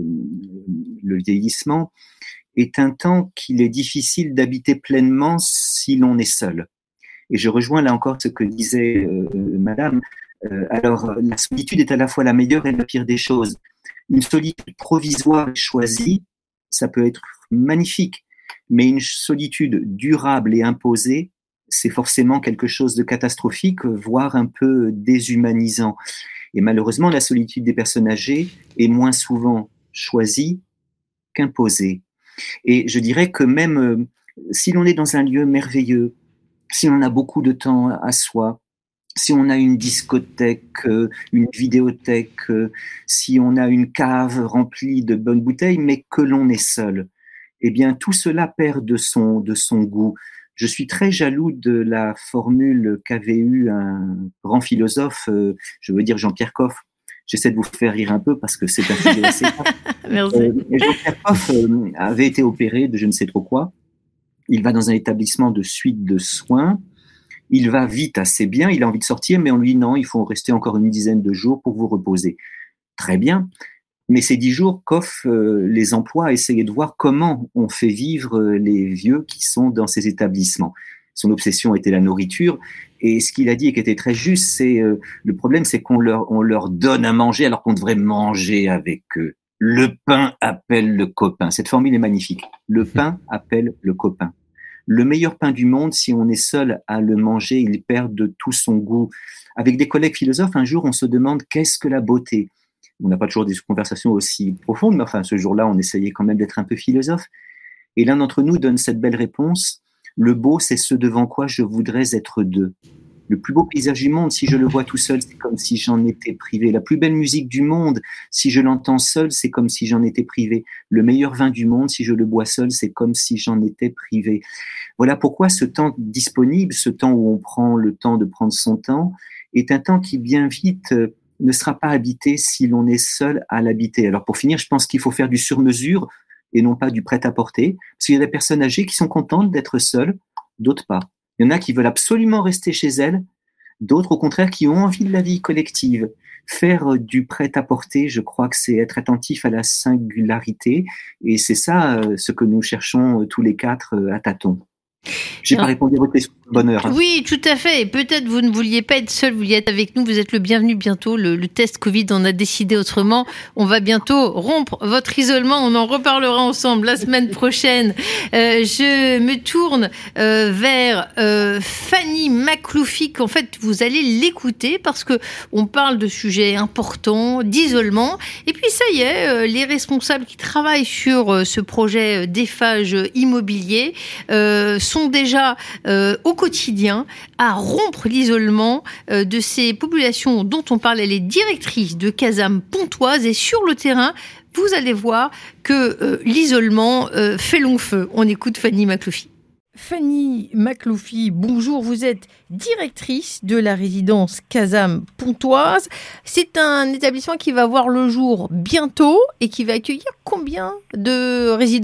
le vieillissement est un temps qu'il est difficile d'habiter pleinement si l'on est seul. Et je rejoins là encore ce que disait euh, Madame. Euh, alors, la solitude est à la fois la meilleure et la pire des choses. Une solitude provisoire et choisie, ça peut être magnifique. Mais une solitude durable et imposée, c'est forcément quelque chose de catastrophique, voire un peu déshumanisant. Et malheureusement, la solitude des personnes âgées est moins souvent choisie qu'imposée. Et je dirais que même euh, si l'on est dans un lieu merveilleux, si on a beaucoup de temps à soi, si on a une discothèque, euh, une vidéothèque, euh, si on a une cave remplie de bonnes bouteilles, mais que l'on est seul, eh bien, tout cela perd de son, de son goût. Je suis très jaloux de la formule qu'avait eue un grand philosophe, euh, je veux dire Jean-Pierre Coff. J'essaie de vous faire rire un peu parce que c'est un sujet assez grave. Merci. Euh, Jean-Pierre Coff euh, avait été opéré de je ne sais trop quoi. Il va dans un établissement de suite de soins. Il va vite, assez bien. Il a envie de sortir, mais on lui dit non, il faut rester encore une dizaine de jours pour vous reposer. Très bien. Mais ces dix jours, Coff euh, les emploie à essayer de voir comment on fait vivre euh, les vieux qui sont dans ces établissements. Son obsession était la nourriture. Et ce qu'il a dit et qui était très juste, c'est euh, le problème, c'est qu'on leur, on leur donne à manger alors qu'on devrait manger avec eux. Le pain appelle le copain. Cette formule est magnifique. Le pain appelle le copain. Le meilleur pain du monde, si on est seul à le manger, il perd de tout son goût. Avec des collègues philosophes, un jour, on se demande qu'est-ce que la beauté ? On n'a pas toujours des conversations aussi profondes, mais enfin, ce jour-là, on essayait quand même d'être un peu philosophe. Et l'un d'entre nous donne cette belle réponse. Le beau, c'est ce devant quoi je voudrais être deux. Le plus beau paysage du monde, si je le vois tout seul, c'est comme si j'en étais privé. La plus belle musique du monde, si je l'entends seul, c'est comme si j'en étais privé. Le meilleur vin du monde, si je le bois seul, c'est comme si j'en étais privé. Voilà pourquoi ce temps disponible, ce temps où on prend le temps de prendre son temps, est un temps qui bien vite euh, ne sera pas habité si l'on est seul à l'habiter. Alors pour finir, je pense qu'il faut faire du sur-mesure et non pas du prêt-à-porter, parce qu'il y a des personnes âgées qui sont contentes d'être seules, d'autres pas. Il y en a qui veulent absolument rester chez elles, d'autres au contraire qui ont envie de la vie collective. Faire du prêt-à-porter, je crois que c'est être attentif à la singularité, et c'est ça euh, ce que nous cherchons euh, tous les quatre euh, à tâtons. J'ai pas répondu à votre question de bonheur. Hein. Oui, tout à fait. Et peut-être vous ne vouliez pas être seul, vous vouliez être avec nous. Vous êtes le bienvenu bientôt. Le, le test Covid en a décidé autrement. On va bientôt rompre votre isolement. On en reparlera ensemble la semaine prochaine. Euh, je me tourne euh, vers euh, Fanny Makloufi. En fait, vous allez l'écouter parce que on parle de sujets importants, d'isolement. Et puis ça y est, euh, les responsables qui travaillent sur euh, ce projet d'Eiffage immobilier euh, sont déjà euh, au quotidien à rompre l'isolement euh, de ces populations dont on parle. Elle est directrice de Casam Pontoise et sur le terrain, vous allez voir que euh, l'isolement euh, fait long feu. On écoute Fanny Makloufi. Fanny Makloufi, bonjour, vous êtes directrice de la résidence Casam Pontoise. C'est un établissement qui va voir le jour bientôt et qui va accueillir combien de résidents ?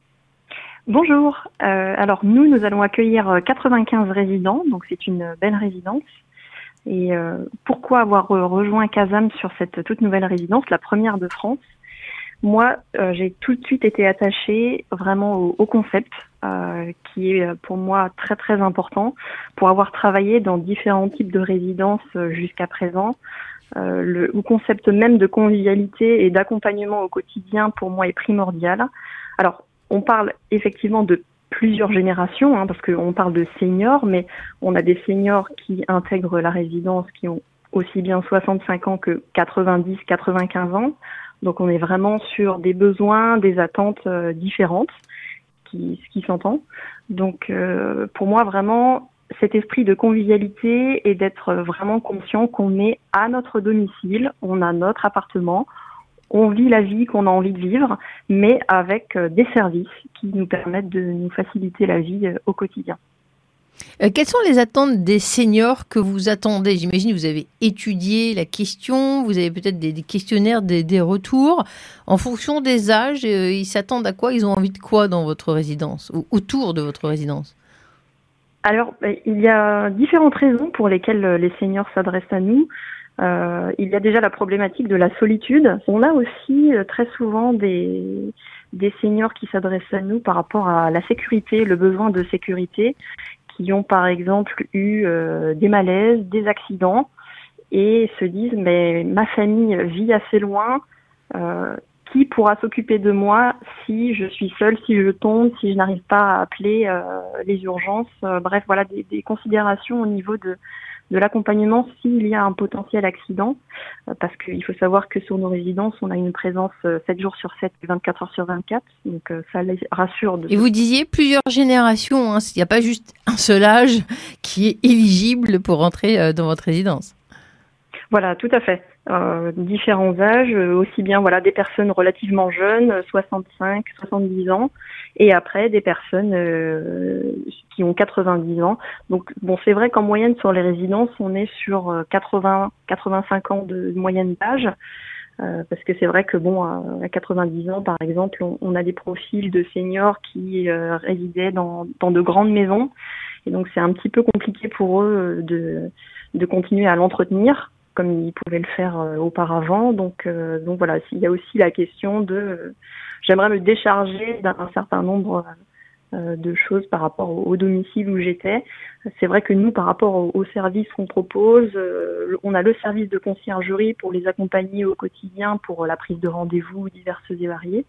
Bonjour. Euh, alors nous, nous allons accueillir quatre-vingt-quinze résidents, donc c'est une belle résidence. Et euh, pourquoi avoir rejoint Casam sur cette toute nouvelle résidence, la première de France ? Moi, euh, j'ai tout de suite été attachée vraiment au, au concept, euh, qui est pour moi très très important, pour avoir travaillé dans différents types de résidences jusqu'à présent. Euh, le, le concept même de convivialité et d'accompagnement au quotidien, pour moi, est primordial. Alors, on parle effectivement de plusieurs générations, hein, parce qu'on parle de seniors, mais on a des seniors qui intègrent la résidence qui ont aussi bien soixante-cinq ans que quatre-vingt-dix, quatre-vingt-quinze ans. Donc on est vraiment sur des besoins, des attentes euh, différentes, qui, ce qui s'entend. Donc euh, pour moi vraiment cet esprit de convivialité et d'être vraiment conscient qu'on est à notre domicile, on a notre appartement, on vit la vie qu'on a envie de vivre, mais avec euh, des services qui nous permettent de nous faciliter la vie euh, au quotidien. Euh, quelles sont les attentes des seniors que vous attendez ? J'imagine que vous avez étudié la question, vous avez peut-être des, des questionnaires, des, des retours. En fonction des âges, euh, ils s'attendent à quoi ? Ils ont envie de quoi dans votre résidence ou autour de votre résidence ? Alors, il y a différentes raisons pour lesquelles les seniors s'adressent à nous. Euh, il y a déjà la problématique de la solitude. On a aussi euh, très souvent des, des seniors qui s'adressent à nous par rapport à la sécurité, le besoin de sécurité, qui ont par exemple eu euh, des malaises, des accidents, et se disent mais ma famille vit assez loin, euh, qui pourra s'occuper de moi si je suis seule, si je tombe, si je n'arrive pas à appeler euh, les urgences, euh, bref voilà des, des considérations au niveau de de l'accompagnement s'il y a un potentiel accident, euh, parce qu'il faut savoir que sur nos résidences, on a une présence euh, sept jours sur sept et vingt-quatre heures sur vingt-quatre, donc euh, ça les rassure. De... Et vous disiez plusieurs générations, hein, il n'y a pas juste un seul âge qui est éligible pour entrer euh, dans votre résidence. Voilà, tout à fait. Euh, différents âges, euh, aussi bien voilà des personnes relativement jeunes, soixante-cinq, soixante-dix ans, et après des personnes euh, qui ont quatre-vingt-dix ans. Donc bon, c'est vrai qu'en moyenne sur les résidences, on est sur quatre-vingts, quatre-vingt-cinq ans de moyenne d'âge, euh, parce que c'est vrai que bon, à quatre-vingt-dix ans par exemple, on, on a des profils de seniors qui euh, résidaient dans, dans de grandes maisons, et donc c'est un petit peu compliqué pour eux de de continuer à l'entretenir comme ils pouvaient le faire euh, auparavant. Donc, euh, donc voilà, il y a aussi la question de, euh, j'aimerais me décharger d'un certain nombre euh, de choses par rapport au, au domicile où j'étais. C'est vrai que nous, par rapport au, au service qu'on propose, euh, on a le service de conciergerie pour les accompagner au quotidien pour la prise de rendez-vous diverses et variées.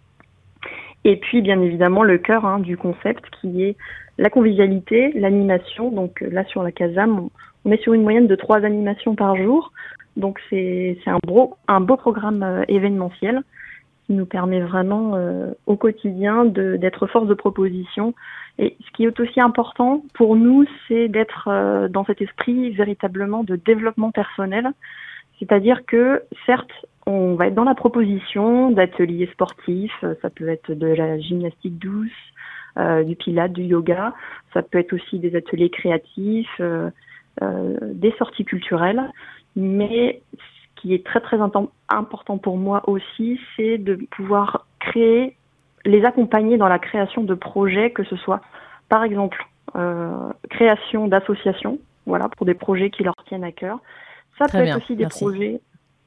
Et puis, bien évidemment, le cœur hein, du concept qui est la convivialité, l'animation. Donc là, sur la Casam, on, on est sur une moyenne de trois animations par jour. Donc c'est, c'est un, beau, un beau programme euh, événementiel qui nous permet vraiment euh, au quotidien de, d'être force de proposition. Et ce qui est aussi important pour nous, c'est d'être euh, dans cet esprit véritablement de développement personnel. C'est-à-dire que, certes, on va être dans la proposition d'ateliers sportifs, ça peut être de la gymnastique douce, euh, du pilates, du yoga, ça peut être aussi des ateliers créatifs, euh, euh, des sorties culturelles, mais ce qui est très très important pour moi aussi, c'est de pouvoir créer, les accompagner dans la création de projets, que ce soit par exemple euh, création d'associations, voilà, pour des projets qui leur tiennent à cœur. Ça Très peut bien, être aussi des merci. projets.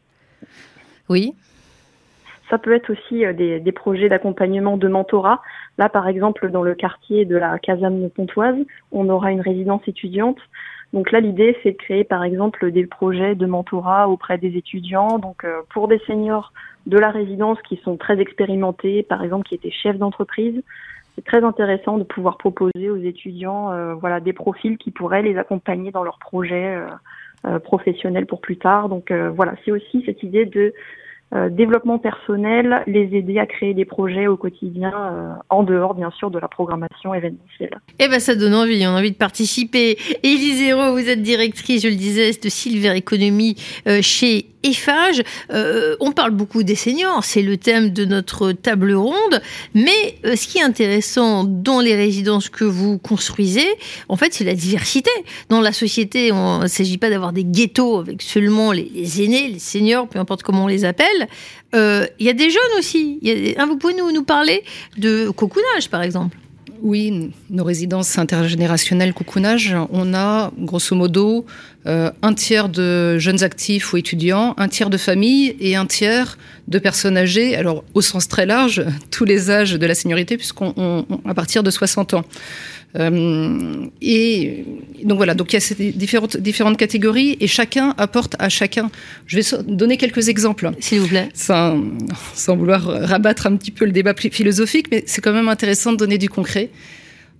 Oui. Ça peut être aussi des, des projets d'accompagnement de mentorat. Là, par exemple, dans le quartier de la Casam Pontoise, on aura une résidence étudiante. Donc là, l'idée, c'est de créer, par exemple, des projets de mentorat auprès des étudiants. Donc, euh, pour des seniors de la résidence qui sont très expérimentés, par exemple, qui étaient chefs d'entreprise, c'est très intéressant de pouvoir proposer aux étudiants, euh, voilà, des profils qui pourraient les accompagner dans leurs projets euh, euh, professionnels pour plus tard. Donc euh, voilà, c'est aussi cette idée de Euh, développement personnel, les aider à créer des projets au quotidien, euh, en dehors bien sûr de la programmation événementielle. Eh ben ça donne envie, on a envie de participer. Élise Hérault, vous êtes directrice, je le disais, de Silver Economy euh, chez Eiffage. Euh, on parle beaucoup des seniors, c'est le thème de notre table ronde, mais euh, ce qui est intéressant dans les résidences que vous construisez, en fait, c'est la diversité. Dans la société, on, il ne s'agit pas d'avoir des ghettos avec seulement les, les aînés, les seniors, peu importe comment on les appelle. Il euh, y a des jeunes aussi. Y a, hein, vous pouvez nous, nous parler de cocoonage, par exemple? Oui, nos résidences intergénérationnelles cocoonage, on a grosso modo euh, un tiers de jeunes actifs ou étudiants, un tiers de familles et un tiers de personnes âgées, alors au sens très large, tous les âges de la seniorité, puisqu'on on, à partir de soixante ans. Euh, et donc voilà, donc il y a ces différentes, différentes catégories et chacun apporte à chacun. Je vais donner quelques exemples. S'il vous plaît. Sans, sans vouloir rabattre un petit peu le débat philosophique, mais c'est quand même intéressant de donner du concret.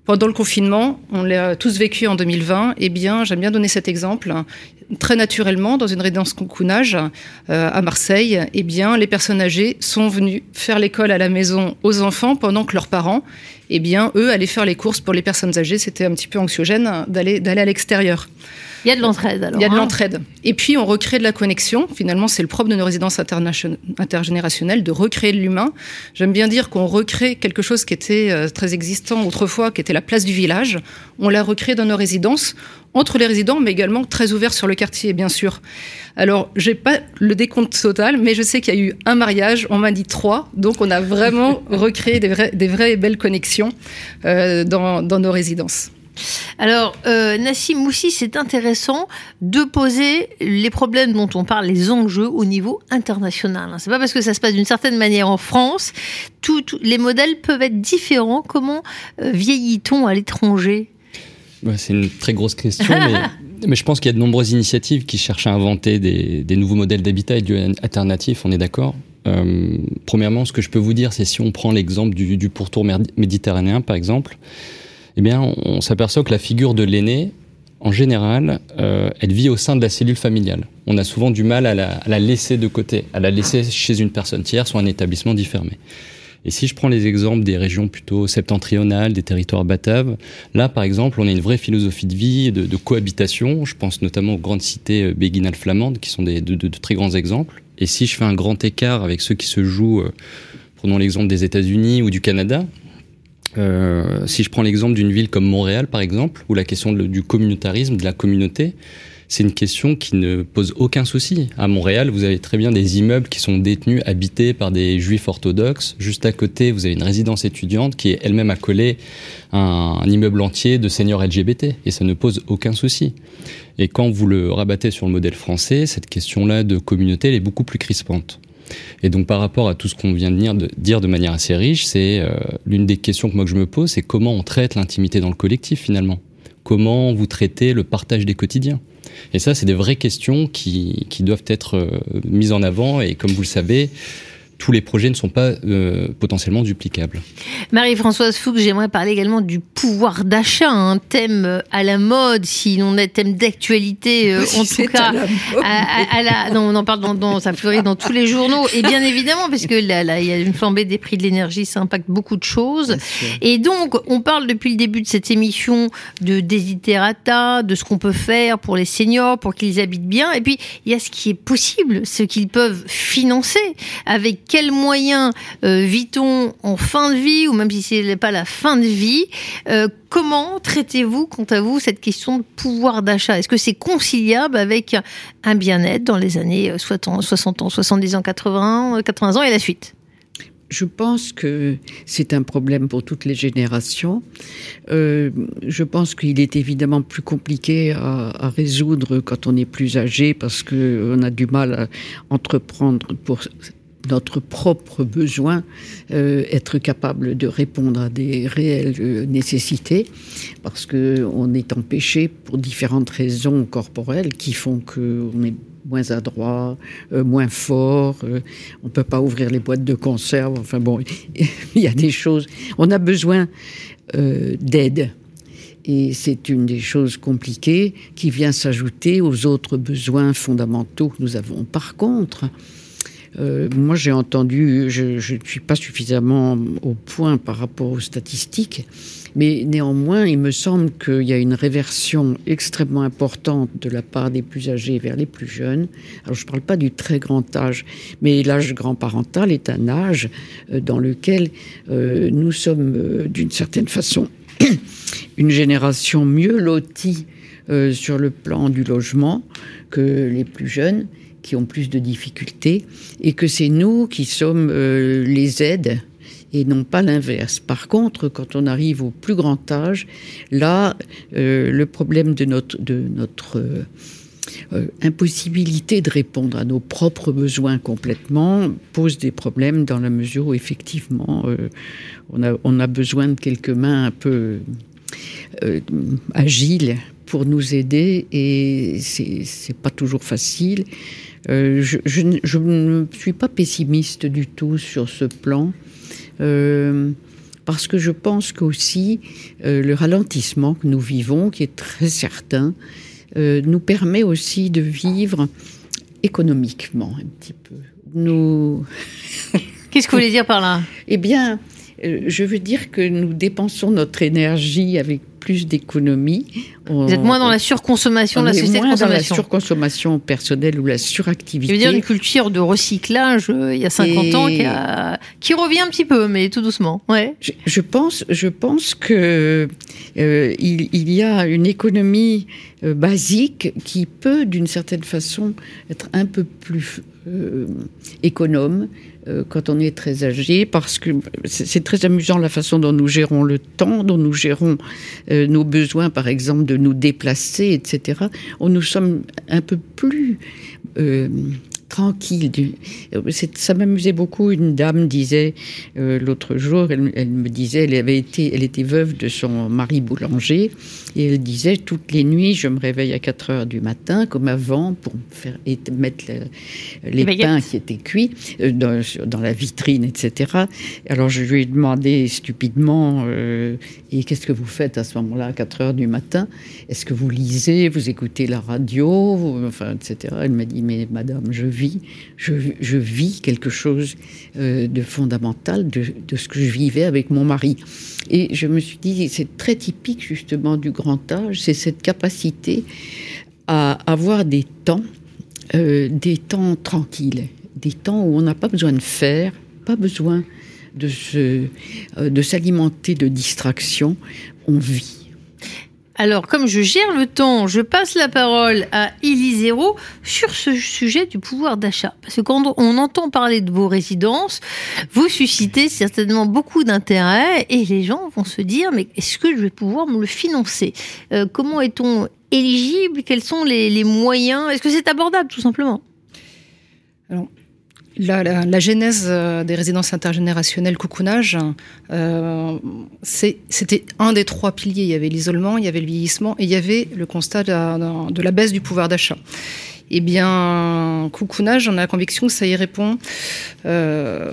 Pendant le confinement, on l'a tous vécu en deux mille vingt, eh bien, j'aime bien donner cet exemple. Très naturellement, dans une résidence concounage euh, à Marseille, eh bien, les personnes âgées sont venues faire l'école à la maison aux enfants pendant que leurs parents, eh bien, eux, allaient faire les courses pour les personnes âgées. C'était un petit peu anxiogène d'aller, d'aller à l'extérieur. Il y a de l'entraide, alors. Il y a de hein. l'entraide. Et puis, on recrée de la connexion. Finalement, c'est le propre de nos résidences internation- intergénérationnelles, de recréer de l'humain. J'aime bien dire qu'on recrée quelque chose qui était euh, très existant autrefois, qui était la place du village. On l'a recréé dans nos résidences, entre les résidents, mais également très ouvert sur le quartier, bien sûr. Alors, j'ai pas le décompte total, mais je sais qu'il y a eu un mariage, on m'a dit trois, donc on a vraiment recréé des, vrais, des vraies et belles connexions euh, dans, dans nos résidences. Alors, euh, Nassim Moussi, c'est intéressant de poser les problèmes dont on parle, les enjeux au niveau international. C'est pas parce que ça se passe d'une certaine manière en France, tout, tout, les modèles peuvent être différents. Comment euh, vieillit-on à l'étranger ? Ouais, c'est une très grosse question, mais, mais je pense qu'il y a de nombreuses initiatives qui cherchent à inventer des, des nouveaux modèles d'habitat et de lieux alternatifs, on est d'accord. Euh, premièrement, ce que je peux vous dire, c'est si on prend l'exemple du, du pourtour méditerranéen, par exemple, eh bien, on, on s'aperçoit que la figure de l'aîné, en général, euh, elle vit au sein de la cellule familiale. On a souvent du mal à la, à la laisser de côté, à la laisser chez une personne tierce ou un établissement dit fermé. Et si je prends les exemples des régions plutôt septentrionales, des territoires bataves, là, par exemple, on a une vraie philosophie de vie, de, de cohabitation. Je pense notamment aux grandes cités béguinales flamandes, qui sont des, de, de, de très grands exemples. Et si je fais un grand écart avec ceux qui se jouent, euh, prenons l'exemple des États-Unis ou du Canada, euh, si je prends l'exemple d'une ville comme Montréal, par exemple, où la question de, du communautarisme, de la communauté, c'est une question qui ne pose aucun souci. À Montréal, vous avez très bien des immeubles qui sont détenus, habités par des juifs orthodoxes. Juste à côté, vous avez une résidence étudiante qui est elle-même accolée à un, un immeuble entier de seniors L G B T. Et ça ne pose aucun souci. Et quand vous le rabattez sur le modèle français, cette question-là de communauté, elle est beaucoup plus crispante. Et donc par rapport à tout ce qu'on vient de dire de, dire de manière assez riche, c'est euh, l'une des questions que moi que je me pose, c'est comment on traite l'intimité dans le collectif finalement. Comment vous traitez le partage des quotidiens. Et ça, c'est des vraies questions qui, qui doivent être euh, mises en avant. Et comme vous le savez, tous les projets ne sont pas euh, potentiellement duplicables. Marie-Françoise Fuchs, j'aimerais parler également du pouvoir d'achat, un thème à la mode, si l'on est thème d'actualité, euh, en tout cas. À la, à, à la, non, on en parle dans, dans, ça fleurit dans tous les journaux. Et bien évidemment, parce que là, là, il y a une flambée des prix de l'énergie, ça impacte beaucoup de choses. Et donc, on parle depuis le début de cette émission de desiderata, de ce qu'on peut faire pour les seniors, pour qu'ils habitent bien. Et puis, il y a ce qui est possible, ce qu'ils peuvent financer, avec quels moyens euh, vit-on en fin de vie, ou même si ce n'est pas la fin de vie, euh, comment traitez-vous, quant à vous, cette question de pouvoir d'achat ? Est-ce que c'est conciliable avec un bien-être dans les années soixante ans, soixante-dix ans, quatre-vingts, quatre-vingts ans et la suite ? Je pense que c'est un problème pour toutes les générations. Euh, je pense qu'il est évidemment plus compliqué à, à résoudre quand on est plus âgé, parce qu'on a du mal à entreprendre pour notre propre besoin, euh, être capable de répondre à des réelles euh, nécessités, parce qu'on est empêché pour différentes raisons corporelles qui font qu'on est moins adroit, euh, moins fort, euh, on ne peut pas ouvrir les boîtes de conserve, enfin bon, il y a des choses, on a besoin euh, d'aide. Et c'est une des choses compliquées qui vient s'ajouter aux autres besoins fondamentaux que nous avons. Par contre, Euh, moi, j'ai entendu, je ne suis pas suffisamment au point par rapport aux statistiques, mais néanmoins, il me semble qu'il y a une réversion extrêmement importante de la part des plus âgés vers les plus jeunes. Alors, je ne parle pas du très grand âge, mais l'âge grand-parental est un âge euh, dans lequel euh, nous sommes, euh, d'une certaine façon, une génération mieux lotie euh, sur le plan du logement que les plus jeunes, qui ont plus de difficultés, et que c'est nous qui sommes euh, les aides et non pas l'inverse. Par contre, quand on arrive au plus grand âge, là, euh, le problème de notre, de notre euh, euh, impossibilité de répondre à nos propres besoins complètement pose des problèmes, dans la mesure où effectivement euh, on a, on a besoin de quelques mains un peu euh, agiles pour nous aider, et c'est, c'est pas toujours facile. Euh, je, je, je ne suis pas pessimiste du tout sur ce plan. Euh, parce que je pense qu'aussi euh, le ralentissement que nous vivons, qui est très certain, euh, nous permet aussi de vivre économiquement un petit peu. Nous... Qu'est-ce que vous voulez dire par là ? Eh bien, euh, je veux dire que nous dépensons notre énergie avec plus d'économie. On, vous êtes moins dans la surconsommation de la société de consommation. Moins dans la surconsommation personnelle ou la suractivité. Je veux dire une culture de recyclage euh, il y a cinquante Et... ans qui, a... qui revient un petit peu, mais tout doucement. Ouais. Je, je pense, je pense que euh, il, il y a une économie euh, basique qui peut, d'une certaine façon, être un peu plus euh, économe euh, quand on est très âgé, parce que c'est, c'est très amusant la façon dont nous gérons le temps, dont nous gérons euh, nos besoins, par exemple, de nous déplacer, et cetera. On, nous sommes un peu plus euh, tranquilles. Du, c'est, ça m'amusait beaucoup. Une dame disait euh, l'autre jour, elle, elle me disait, elle avait été, elle était veuve de son mari boulanger, et elle disait toutes les nuits, je me réveille à quatre heures du matin, comme avant, pour faire et mettre le, les, les pains qui étaient cuits euh, dans, dans la vitrine, et cetera. Alors je lui ai demandé stupidement, euh, et qu'est-ce que vous faites à ce moment-là, à quatre heures du matin ? Est-ce que vous lisez, vous écoutez la radio, vous, enfin, et cetera. Elle m'a dit, mais madame, je vis, je, je vis quelque chose euh, de fondamental de, de ce que je vivais avec mon mari. Et je me suis dit, c'est très typique justement du grand âge, c'est cette capacité à avoir des temps, euh, des temps tranquilles, des temps où on n'a pas besoin de faire, pas besoin de, se, euh, de s'alimenter de distractions, on vit. Alors, comme je gère le temps, je passe la parole à Elisero sur ce sujet du pouvoir d'achat. Parce que quand on entend parler de vos résidences, vous suscitez certainement beaucoup d'intérêt et les gens vont se dire, mais est-ce que je vais pouvoir me le financer ? euh, Comment est-on éligible ? Quels sont les, les moyens ? Est-ce que c'est abordable, tout simplement ? Alors, La, la, la genèse des résidences intergénérationnelles Coucounage, euh, c'est, c'était un des trois piliers. Il y avait l'isolement, il y avait le vieillissement et il y avait le constat de la, de la baisse du pouvoir d'achat. Eh bien, Coucounage, on a la conviction que ça y répond. Euh,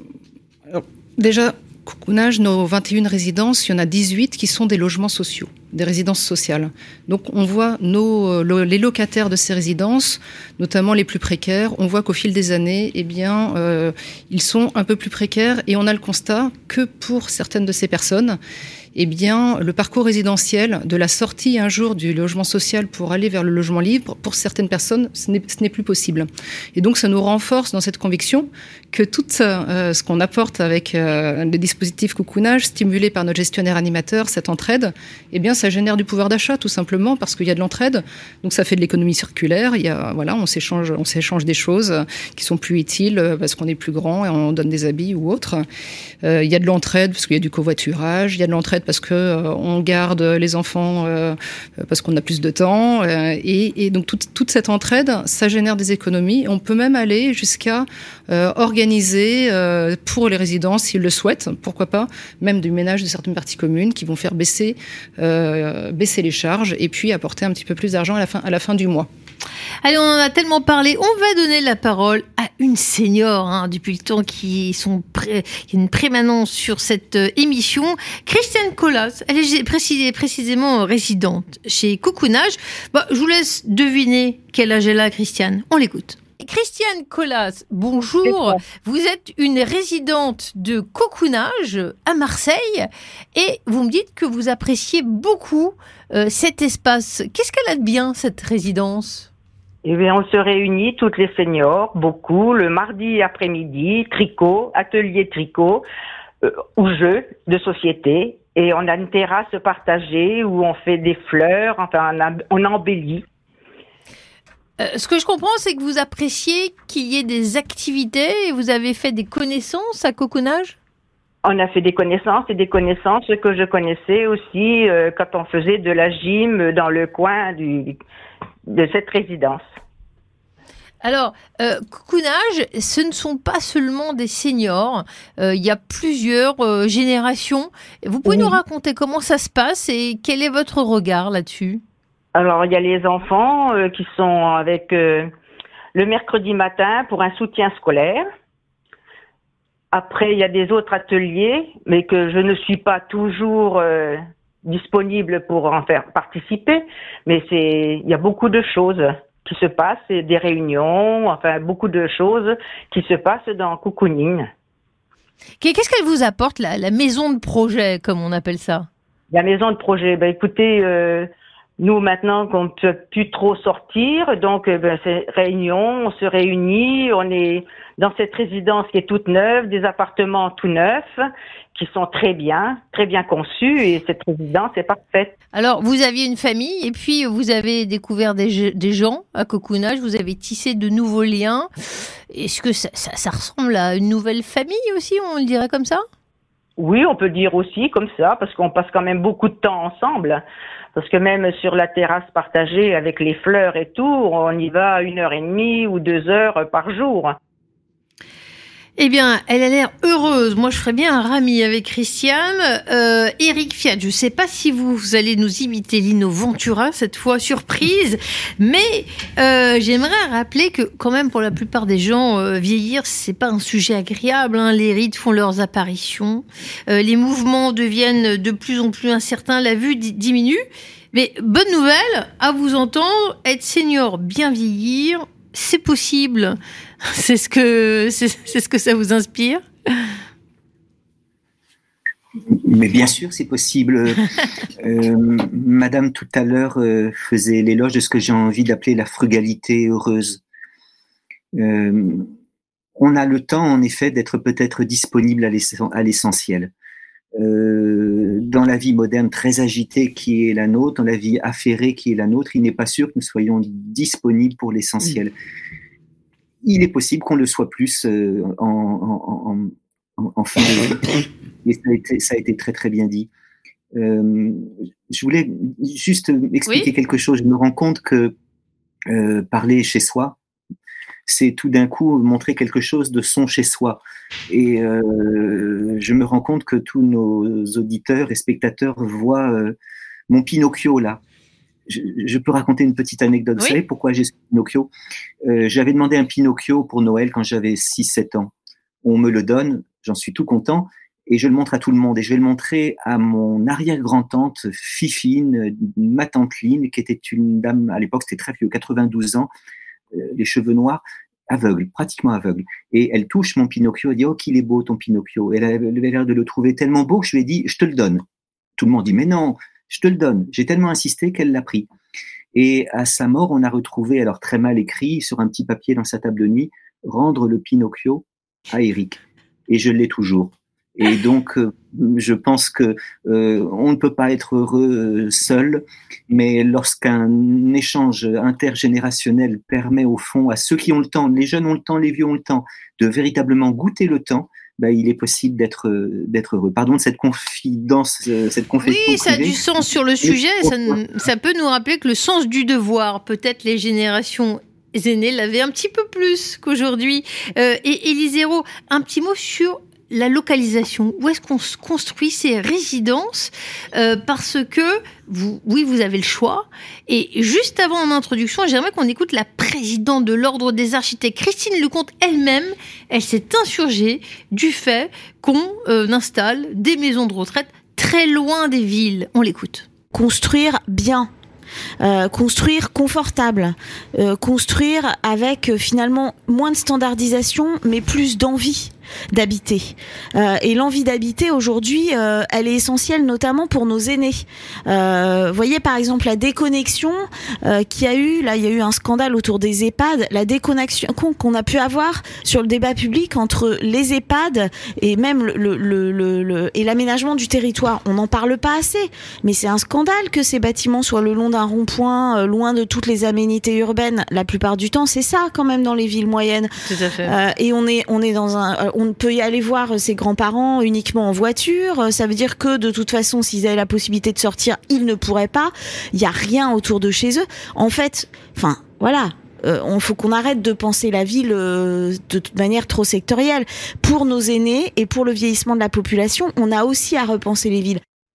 alors, déjà, Coucounage, nos vingt et une résidences, il y en a dix-huit qui sont des logements sociaux, des résidences sociales. Donc on voit nos, les locataires de ces résidences, notamment les plus précaires, on voit qu'au fil des années, eh bien, euh, ils sont un peu plus précaires et on a le constat que pour certaines de ces personnes, eh bien, le parcours résidentiel de la sortie un jour du logement social pour aller vers le logement libre, pour certaines personnes, ce n'est, ce n'est plus possible. Et donc, ça nous renforce dans cette conviction que tout euh, ce qu'on apporte avec euh, le dispositif Coucounage, stimulé par notre gestionnaire animateur, cette entraide, eh bien, ça génère du pouvoir d'achat, tout simplement, parce qu'il y a de l'entraide. Donc, ça fait de l'économie circulaire. Il y a, voilà, on s'échange, on s'échange des choses qui sont plus utiles parce qu'on est plus grand et on donne des habits ou autre. Euh, il y a de l'entraide parce qu'il y a du covoiturage. Il y a de l'entraide parce que euh, on garde les enfants euh, parce qu'on a plus de temps. Euh, et, et donc, toute, toute cette entraide, ça génère des économies. On peut même aller jusqu'à euh, organiser euh, pour les résidents, s'ils le souhaitent, pourquoi pas, même du ménage de certaines parties communes qui vont faire baisser, euh, baisser les charges et puis apporter un petit peu plus d'argent à la fin, à la fin du mois. Allez, on en a tellement parlé. On va donner la parole à une senior, hein, depuis le temps qui sont pré... il y a une prémanence sur cette euh, émission. Christiane Collas, elle est précis... précisément résidente chez Coucounage. Bah, je vous laisse deviner quel âge elle a, Christiane. On l'écoute. Christiane Collas, bonjour. Vous êtes une résidente de Coucounage à Marseille et vous me dites que vous appréciez beaucoup euh, cet espace. Qu'est-ce qu'elle a de bien, cette résidence ? Eh bien, on se réunit, toutes les seniors, beaucoup, le mardi après-midi, tricot, atelier tricot, euh, ou jeux de société. Et on a une terrasse partagée où on fait des fleurs, enfin, on, a, on embellit. Euh, ce que je comprends, c'est que vous appréciez qu'il y ait des activités et vous avez fait des connaissances à Coucounage ? On a fait des connaissances et des connaissances que je connaissais aussi euh, quand on faisait de la gym dans le coin du, de cette résidence. Alors, euh, Coucounage, ce ne sont pas seulement des seniors, euh, il y a plusieurs euh, générations. Vous pouvez oui. nous raconter comment ça se passe et quel est votre regard là-dessus ? Alors, il y a les enfants euh, qui sont avec euh, le mercredi matin pour un soutien scolaire. Après, il y a des autres ateliers, mais que je ne suis pas toujours euh, disponible pour en faire participer. Mais c'est, il y a beaucoup de choses qui se passent, et des réunions, enfin beaucoup de choses qui se passent dans Cocooning. Qu'est-ce qu'elle vous apporte, la, la maison de projet, comme on appelle ça? La maison de projet, ben écoutez, euh, nous maintenant qu'on ne peut plus trop sortir, donc ben, c'est réunion, on se réunit, on est dans cette résidence qui est toute neuve, des appartements tout neufs, qui sont très bien, très bien conçus, et cette résidence est parfaite. Alors, vous aviez une famille, et puis vous avez découvert des, des gens à Cocoonage, vous avez tissé de nouveaux liens. Est-ce que ça, ça, ça ressemble à une nouvelle famille aussi, on le dirait comme ça? Oui, on peut dire aussi comme ça, parce qu'on passe quand même beaucoup de temps ensemble. Parce que même sur la terrasse partagée avec les fleurs et tout, on y va une heure et demie ou deux heures par jour. Eh bien, elle a l'air heureuse. Moi, je ferais bien un rami avec Christiane. Euh, Eric Fiat, je ne sais pas si vous, vous allez nous imiter Lino Ventura, cette fois surprise, mais euh, j'aimerais rappeler que quand même, pour la plupart des gens, euh, vieillir, c'est pas un sujet agréable. Hein. Les rides font leurs apparitions. Euh, les mouvements deviennent de plus en plus incertains. La vue d- diminue. Mais bonne nouvelle, à vous entendre, être senior, bien vieillir, c'est possible. C'est ce que, c'est, c'est ce que ça vous inspire? Mais bien sûr, c'est possible. euh, Madame, tout à l'heure, euh, faisait l'éloge de ce que j'ai envie d'appeler la frugalité heureuse. Euh, on a le temps, en effet, d'être peut-être disponible à, l'ess- à l'essentiel. Euh, dans la vie moderne très agitée qui est la nôtre, dans la vie affairée qui est la nôtre, il n'est pas sûr que nous soyons disponibles pour l'essentiel. Mmh. Il est possible qu'on le soit plus euh, en, en, en, en fin de vie. Et ça a été, ça a été très très bien dit. Euh, je voulais juste expliquer oui. quelque chose. Je me rends compte que euh, parler chez soi, c'est tout d'un coup montrer quelque chose de son chez soi. Et euh, je me rends compte que tous nos auditeurs et spectateurs voient euh, mon Pinocchio là. Je, je peux raconter une petite anecdote. Oui. Vous savez pourquoi j'ai ce Pinocchio? euh, J'avais demandé un Pinocchio pour Noël quand j'avais six sept ans. On me le donne, j'en suis tout content, et je le montre à tout le monde. Et je vais le montrer à mon arrière-grand-tante Fifine, ma tante Line, qui était une dame, à l'époque c'était très vieux, quatre-vingt-douze ans, euh, les cheveux noirs, aveugle, pratiquement aveugle. Et elle touche mon Pinocchio, elle dit « Oh, qu'il est beau ton Pinocchio !» Elle avait l'air de le trouver tellement beau que je lui ai dit « Je te le donne !» Tout le monde dit « Mais non !» Je te le donne. J'ai tellement insisté qu'elle l'a pris. Et à sa mort, on a retrouvé, alors très mal écrit, sur un petit papier dans sa table de nuit, rendre le Pinocchio à Eric. Et je l'ai toujours. Et donc, euh, je pense que euh, on ne peut pas être heureux euh, seul, mais lorsqu'un échange intergénérationnel permet au fond à ceux qui ont le temps, les jeunes ont le temps, les vieux ont le temps, de véritablement goûter le temps, bah, il est possible d'être d'être heureux. Pardon de cette confidence, euh, cette confession. Oui, ça privée. A du sens sur le sujet. Ça, ça peut nous rappeler que le sens du devoir, peut-être les générations aînées l'avaient un petit peu plus qu'aujourd'hui. Euh, et Elisero, un petit mot sur la localisation. Où est-ce qu'on construit ces résidences? euh, Parce que, vous, oui, vous avez le choix. Et juste avant en introduction, j'aimerais qu'on écoute la présidente de l'Ordre des architectes, Christine Lecomte elle-même. Elle s'est insurgée du fait qu'on euh, installe des maisons de retraite très loin des villes. On l'écoute. Construire bien. Euh, construire confortable, euh, construire avec euh, finalement moins de standardisation mais plus d'envie d'habiter. Euh, et l'envie d'habiter aujourd'hui, euh, elle est essentielle notamment pour nos aînés. Euh, voyez par exemple la déconnexion euh, qu'il y a eu, là il y a eu un scandale autour des EHPAD, la déconnexion qu'on a pu avoir sur le débat public entre les EHPAD et même le, le, le, le et l'aménagement du territoire. On n'en parle pas assez, mais c'est un scandale que ces bâtiments soient le long d'un rond-point, euh, loin de toutes les aménités urbaines. La plupart du temps, c'est ça quand même dans les villes moyennes. Tout à fait. Euh, et on est on est dans un euh, on ne peut y aller voir ses grands-parents uniquement en voiture. Ça veut dire que de toute façon, s'ils avaient la possibilité de sortir, ils ne pourraient pas. Il y a rien autour de chez eux. En fait, enfin, voilà. Euh, on faut qu'on arrête de penser la ville euh, de toute manière trop sectorielle. Pour nos aînés et pour le vieillissement de la population, on a aussi à repenser les villes.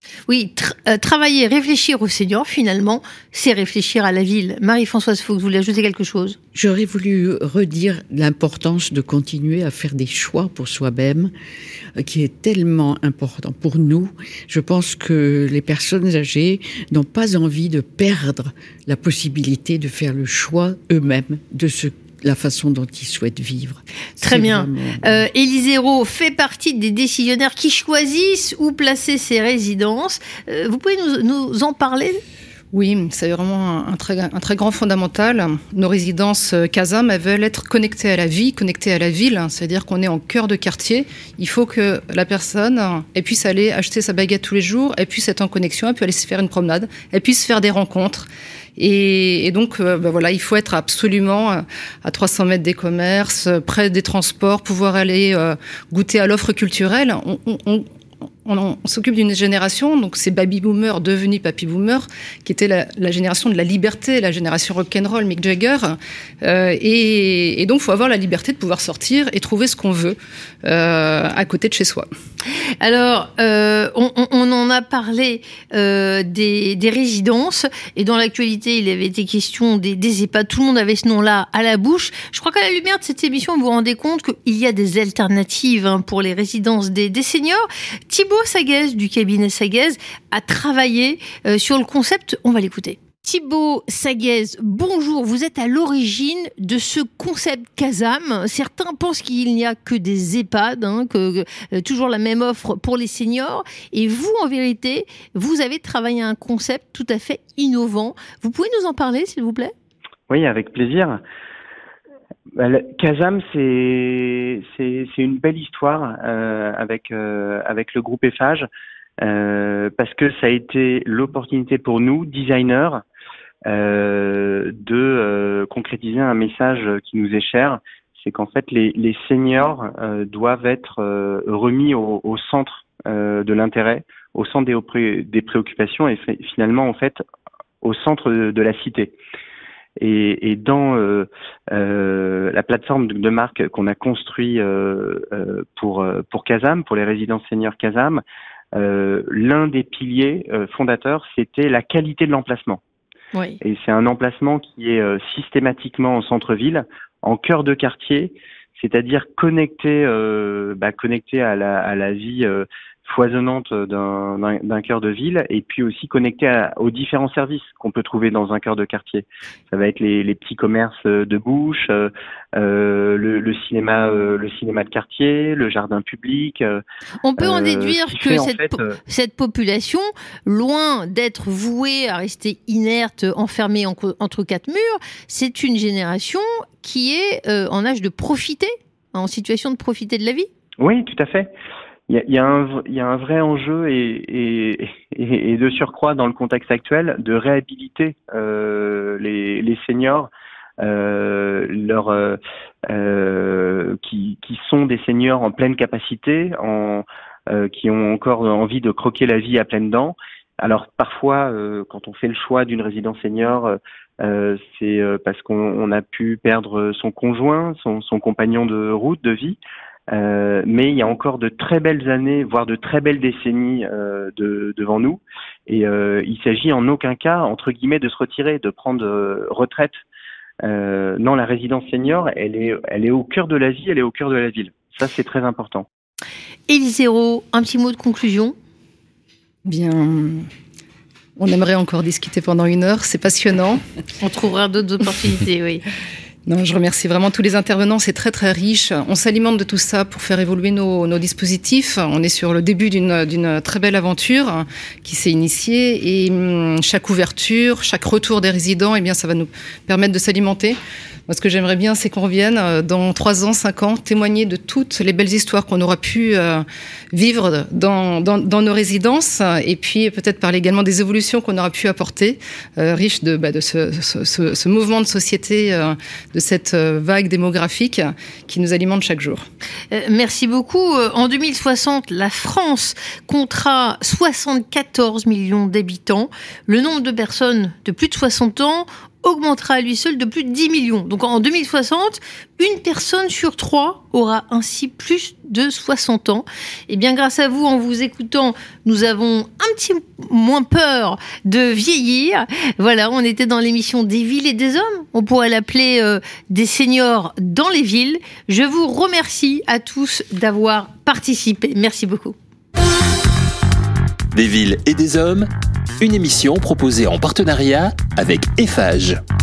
Oui, tra- euh, travailler, réfléchir aux seniors, finalement, c'est réfléchir à la ville. Marie-Françoise Fuchs, vous voulez ajouter quelque chose ? J'aurais voulu redire l'importance de continuer à faire des choix pour soi-même, qui est tellement important pour nous. Je pense que les personnes âgées n'ont pas envie de perdre la possibilité de faire le choix eux-mêmes de ce la façon dont ils souhaitent vivre. Très C'est bien. vraiment... Euh, Élise Hérault fait partie des décisionnaires qui choisissent où placer ces résidences. Euh, vous pouvez nous, nous en parler ? Oui, c'est vraiment un, un, très, un très grand fondamental. Nos résidences CASAM, elles veulent être connectées à la vie, connectées à la ville. C'est-à-dire qu'on est en cœur de quartier. Il faut que la personne elle puisse aller acheter sa baguette tous les jours, elle puisse être en connexion, elle puisse aller se faire une promenade, elle puisse faire des rencontres. Et, et donc, euh, ben voilà, il faut être absolument à trois cents mètres des commerces, près des transports, pouvoir aller euh, goûter à l'offre culturelle. On, on, on, On, on, on s'occupe d'une génération, donc c'est baby boomer devenu papy boomer, qui était la, la génération de la liberté, la génération rock'n'roll, Mick Jagger, euh, et, et donc il faut avoir la liberté de pouvoir sortir et trouver ce qu'on veut euh, à côté de chez soi. Alors, euh, on, on, on en a parlé euh, des, des résidences, et dans l'actualité, il avait été question des, des EHPAD. Tout le monde avait ce nom-là à la bouche. Je crois qu'à la lumière de cette émission, vous vous rendez compte qu'il y a des alternatives hein, pour les résidences des, des seniors. Thibaut Saguez du cabinet Saguez a travaillé euh, sur le concept. On va l'écouter. Thibaut Saguez, bonjour. Vous êtes à l'origine de ce concept CASAM. Certains pensent qu'il n'y a que des EHPAD, hein, que, que euh, toujours la même offre pour les seniors. Et vous, en vérité, vous avez travaillé un concept tout à fait innovant. Vous pouvez nous en parler, s'il vous plaît ? Oui, avec plaisir. CASAM, c'est c'est c'est une belle histoire euh, avec euh, avec le groupe Eiffage euh, parce que ça a été l'opportunité pour nous, designers, euh, de euh, concrétiser un message qui nous est cher. C'est qu'en fait les les seniors euh, doivent être euh, remis au, au centre euh, de l'intérêt, au centre des, pré- des préoccupations et f- finalement en fait au centre de, de la cité. Et, et dans euh, euh, la plateforme de, de marque qu'on a construit euh, euh, pour pour CASAM, pour les résidences seniors CASAM, euh, l'un des piliers euh, fondateurs, c'était la qualité de l'emplacement. Oui. Et c'est un emplacement qui est euh, systématiquement en centre-ville, en cœur de quartier, c'est-à-dire connecté euh, bah, connecté à la à la vie euh, foisonnante d'un, d'un, d'un cœur de ville et puis aussi connecté à, aux différents services qu'on peut trouver dans un cœur de quartier. Ça va être les, les petits commerces de bouche, euh, euh, le, le cinéma, euh, le cinéma de quartier, le jardin public. Euh, On peut en déduire qui que fait, en cette, fait, po- euh, cette population, loin d'être vouée à rester inerte, enfermée en co- entre quatre murs, c'est une génération qui est euh, en âge de profiter, en situation de profiter de la vie. Oui, tout à fait. Il y a, il y a un, il y a un vrai enjeu et, et, et, et de surcroît dans le contexte actuel de réhabiliter euh, les, les seniors, euh, leur, euh, euh, qui, qui sont des seniors en pleine capacité, en, euh, qui ont encore envie de croquer la vie à pleines dents. Alors parfois, euh, quand on fait le choix d'une résidence senior, euh, c'est parce qu'on on a pu perdre son conjoint, son, son compagnon de route, de vie. Euh, mais il y a encore de très belles années, voire de très belles décennies euh, de, devant nous. Et euh, il s'agit en aucun cas, entre guillemets, de se retirer, de prendre euh, retraite. Euh, non, la résidence senior, elle est, elle est au cœur de la vie, elle est au cœur de la ville. Ça, c'est très important. Élise Hérault, un petit mot de conclusion ? Bien, on aimerait encore discuter pendant une heure, c'est passionnant. On trouvera d'autres opportunités, oui. Non, je remercie vraiment tous les intervenants, c'est très très riche. On s'alimente de tout ça pour faire évoluer nos, nos dispositifs. On est sur le début d'une, d'une très belle aventure qui s'est initiée et hum, chaque ouverture, chaque retour des résidents, eh bien, ça va nous permettre de s'alimenter. Moi, ce que j'aimerais bien, c'est qu'on revienne dans trois ans, cinq ans, témoigner de toutes les belles histoires qu'on aura pu euh, vivre dans, dans, dans nos résidences, et puis peut-être parler également des évolutions qu'on aura pu apporter, euh, riches de, bah, de ce, ce, ce, ce mouvement de société, euh, de cette vague démographique qui nous alimente chaque jour. Euh, merci beaucoup. En deux mille soixante, la France comptera soixante-quatorze millions d'habitants. Le nombre de personnes de plus de soixante ans augmentera à lui seul de plus de dix millions. Donc en deux mille soixante, une personne sur trois aura ainsi plus de soixante ans. Et bien grâce à vous, en vous écoutant, nous avons un petit moins peur de vieillir. Voilà, on était dans l'émission des villes et des hommes. On pourrait l'appeler euh, des seniors dans les villes. Je vous remercie à tous d'avoir participé. Merci beaucoup. Des villes et des hommes, une émission proposée en partenariat avec Eiffage.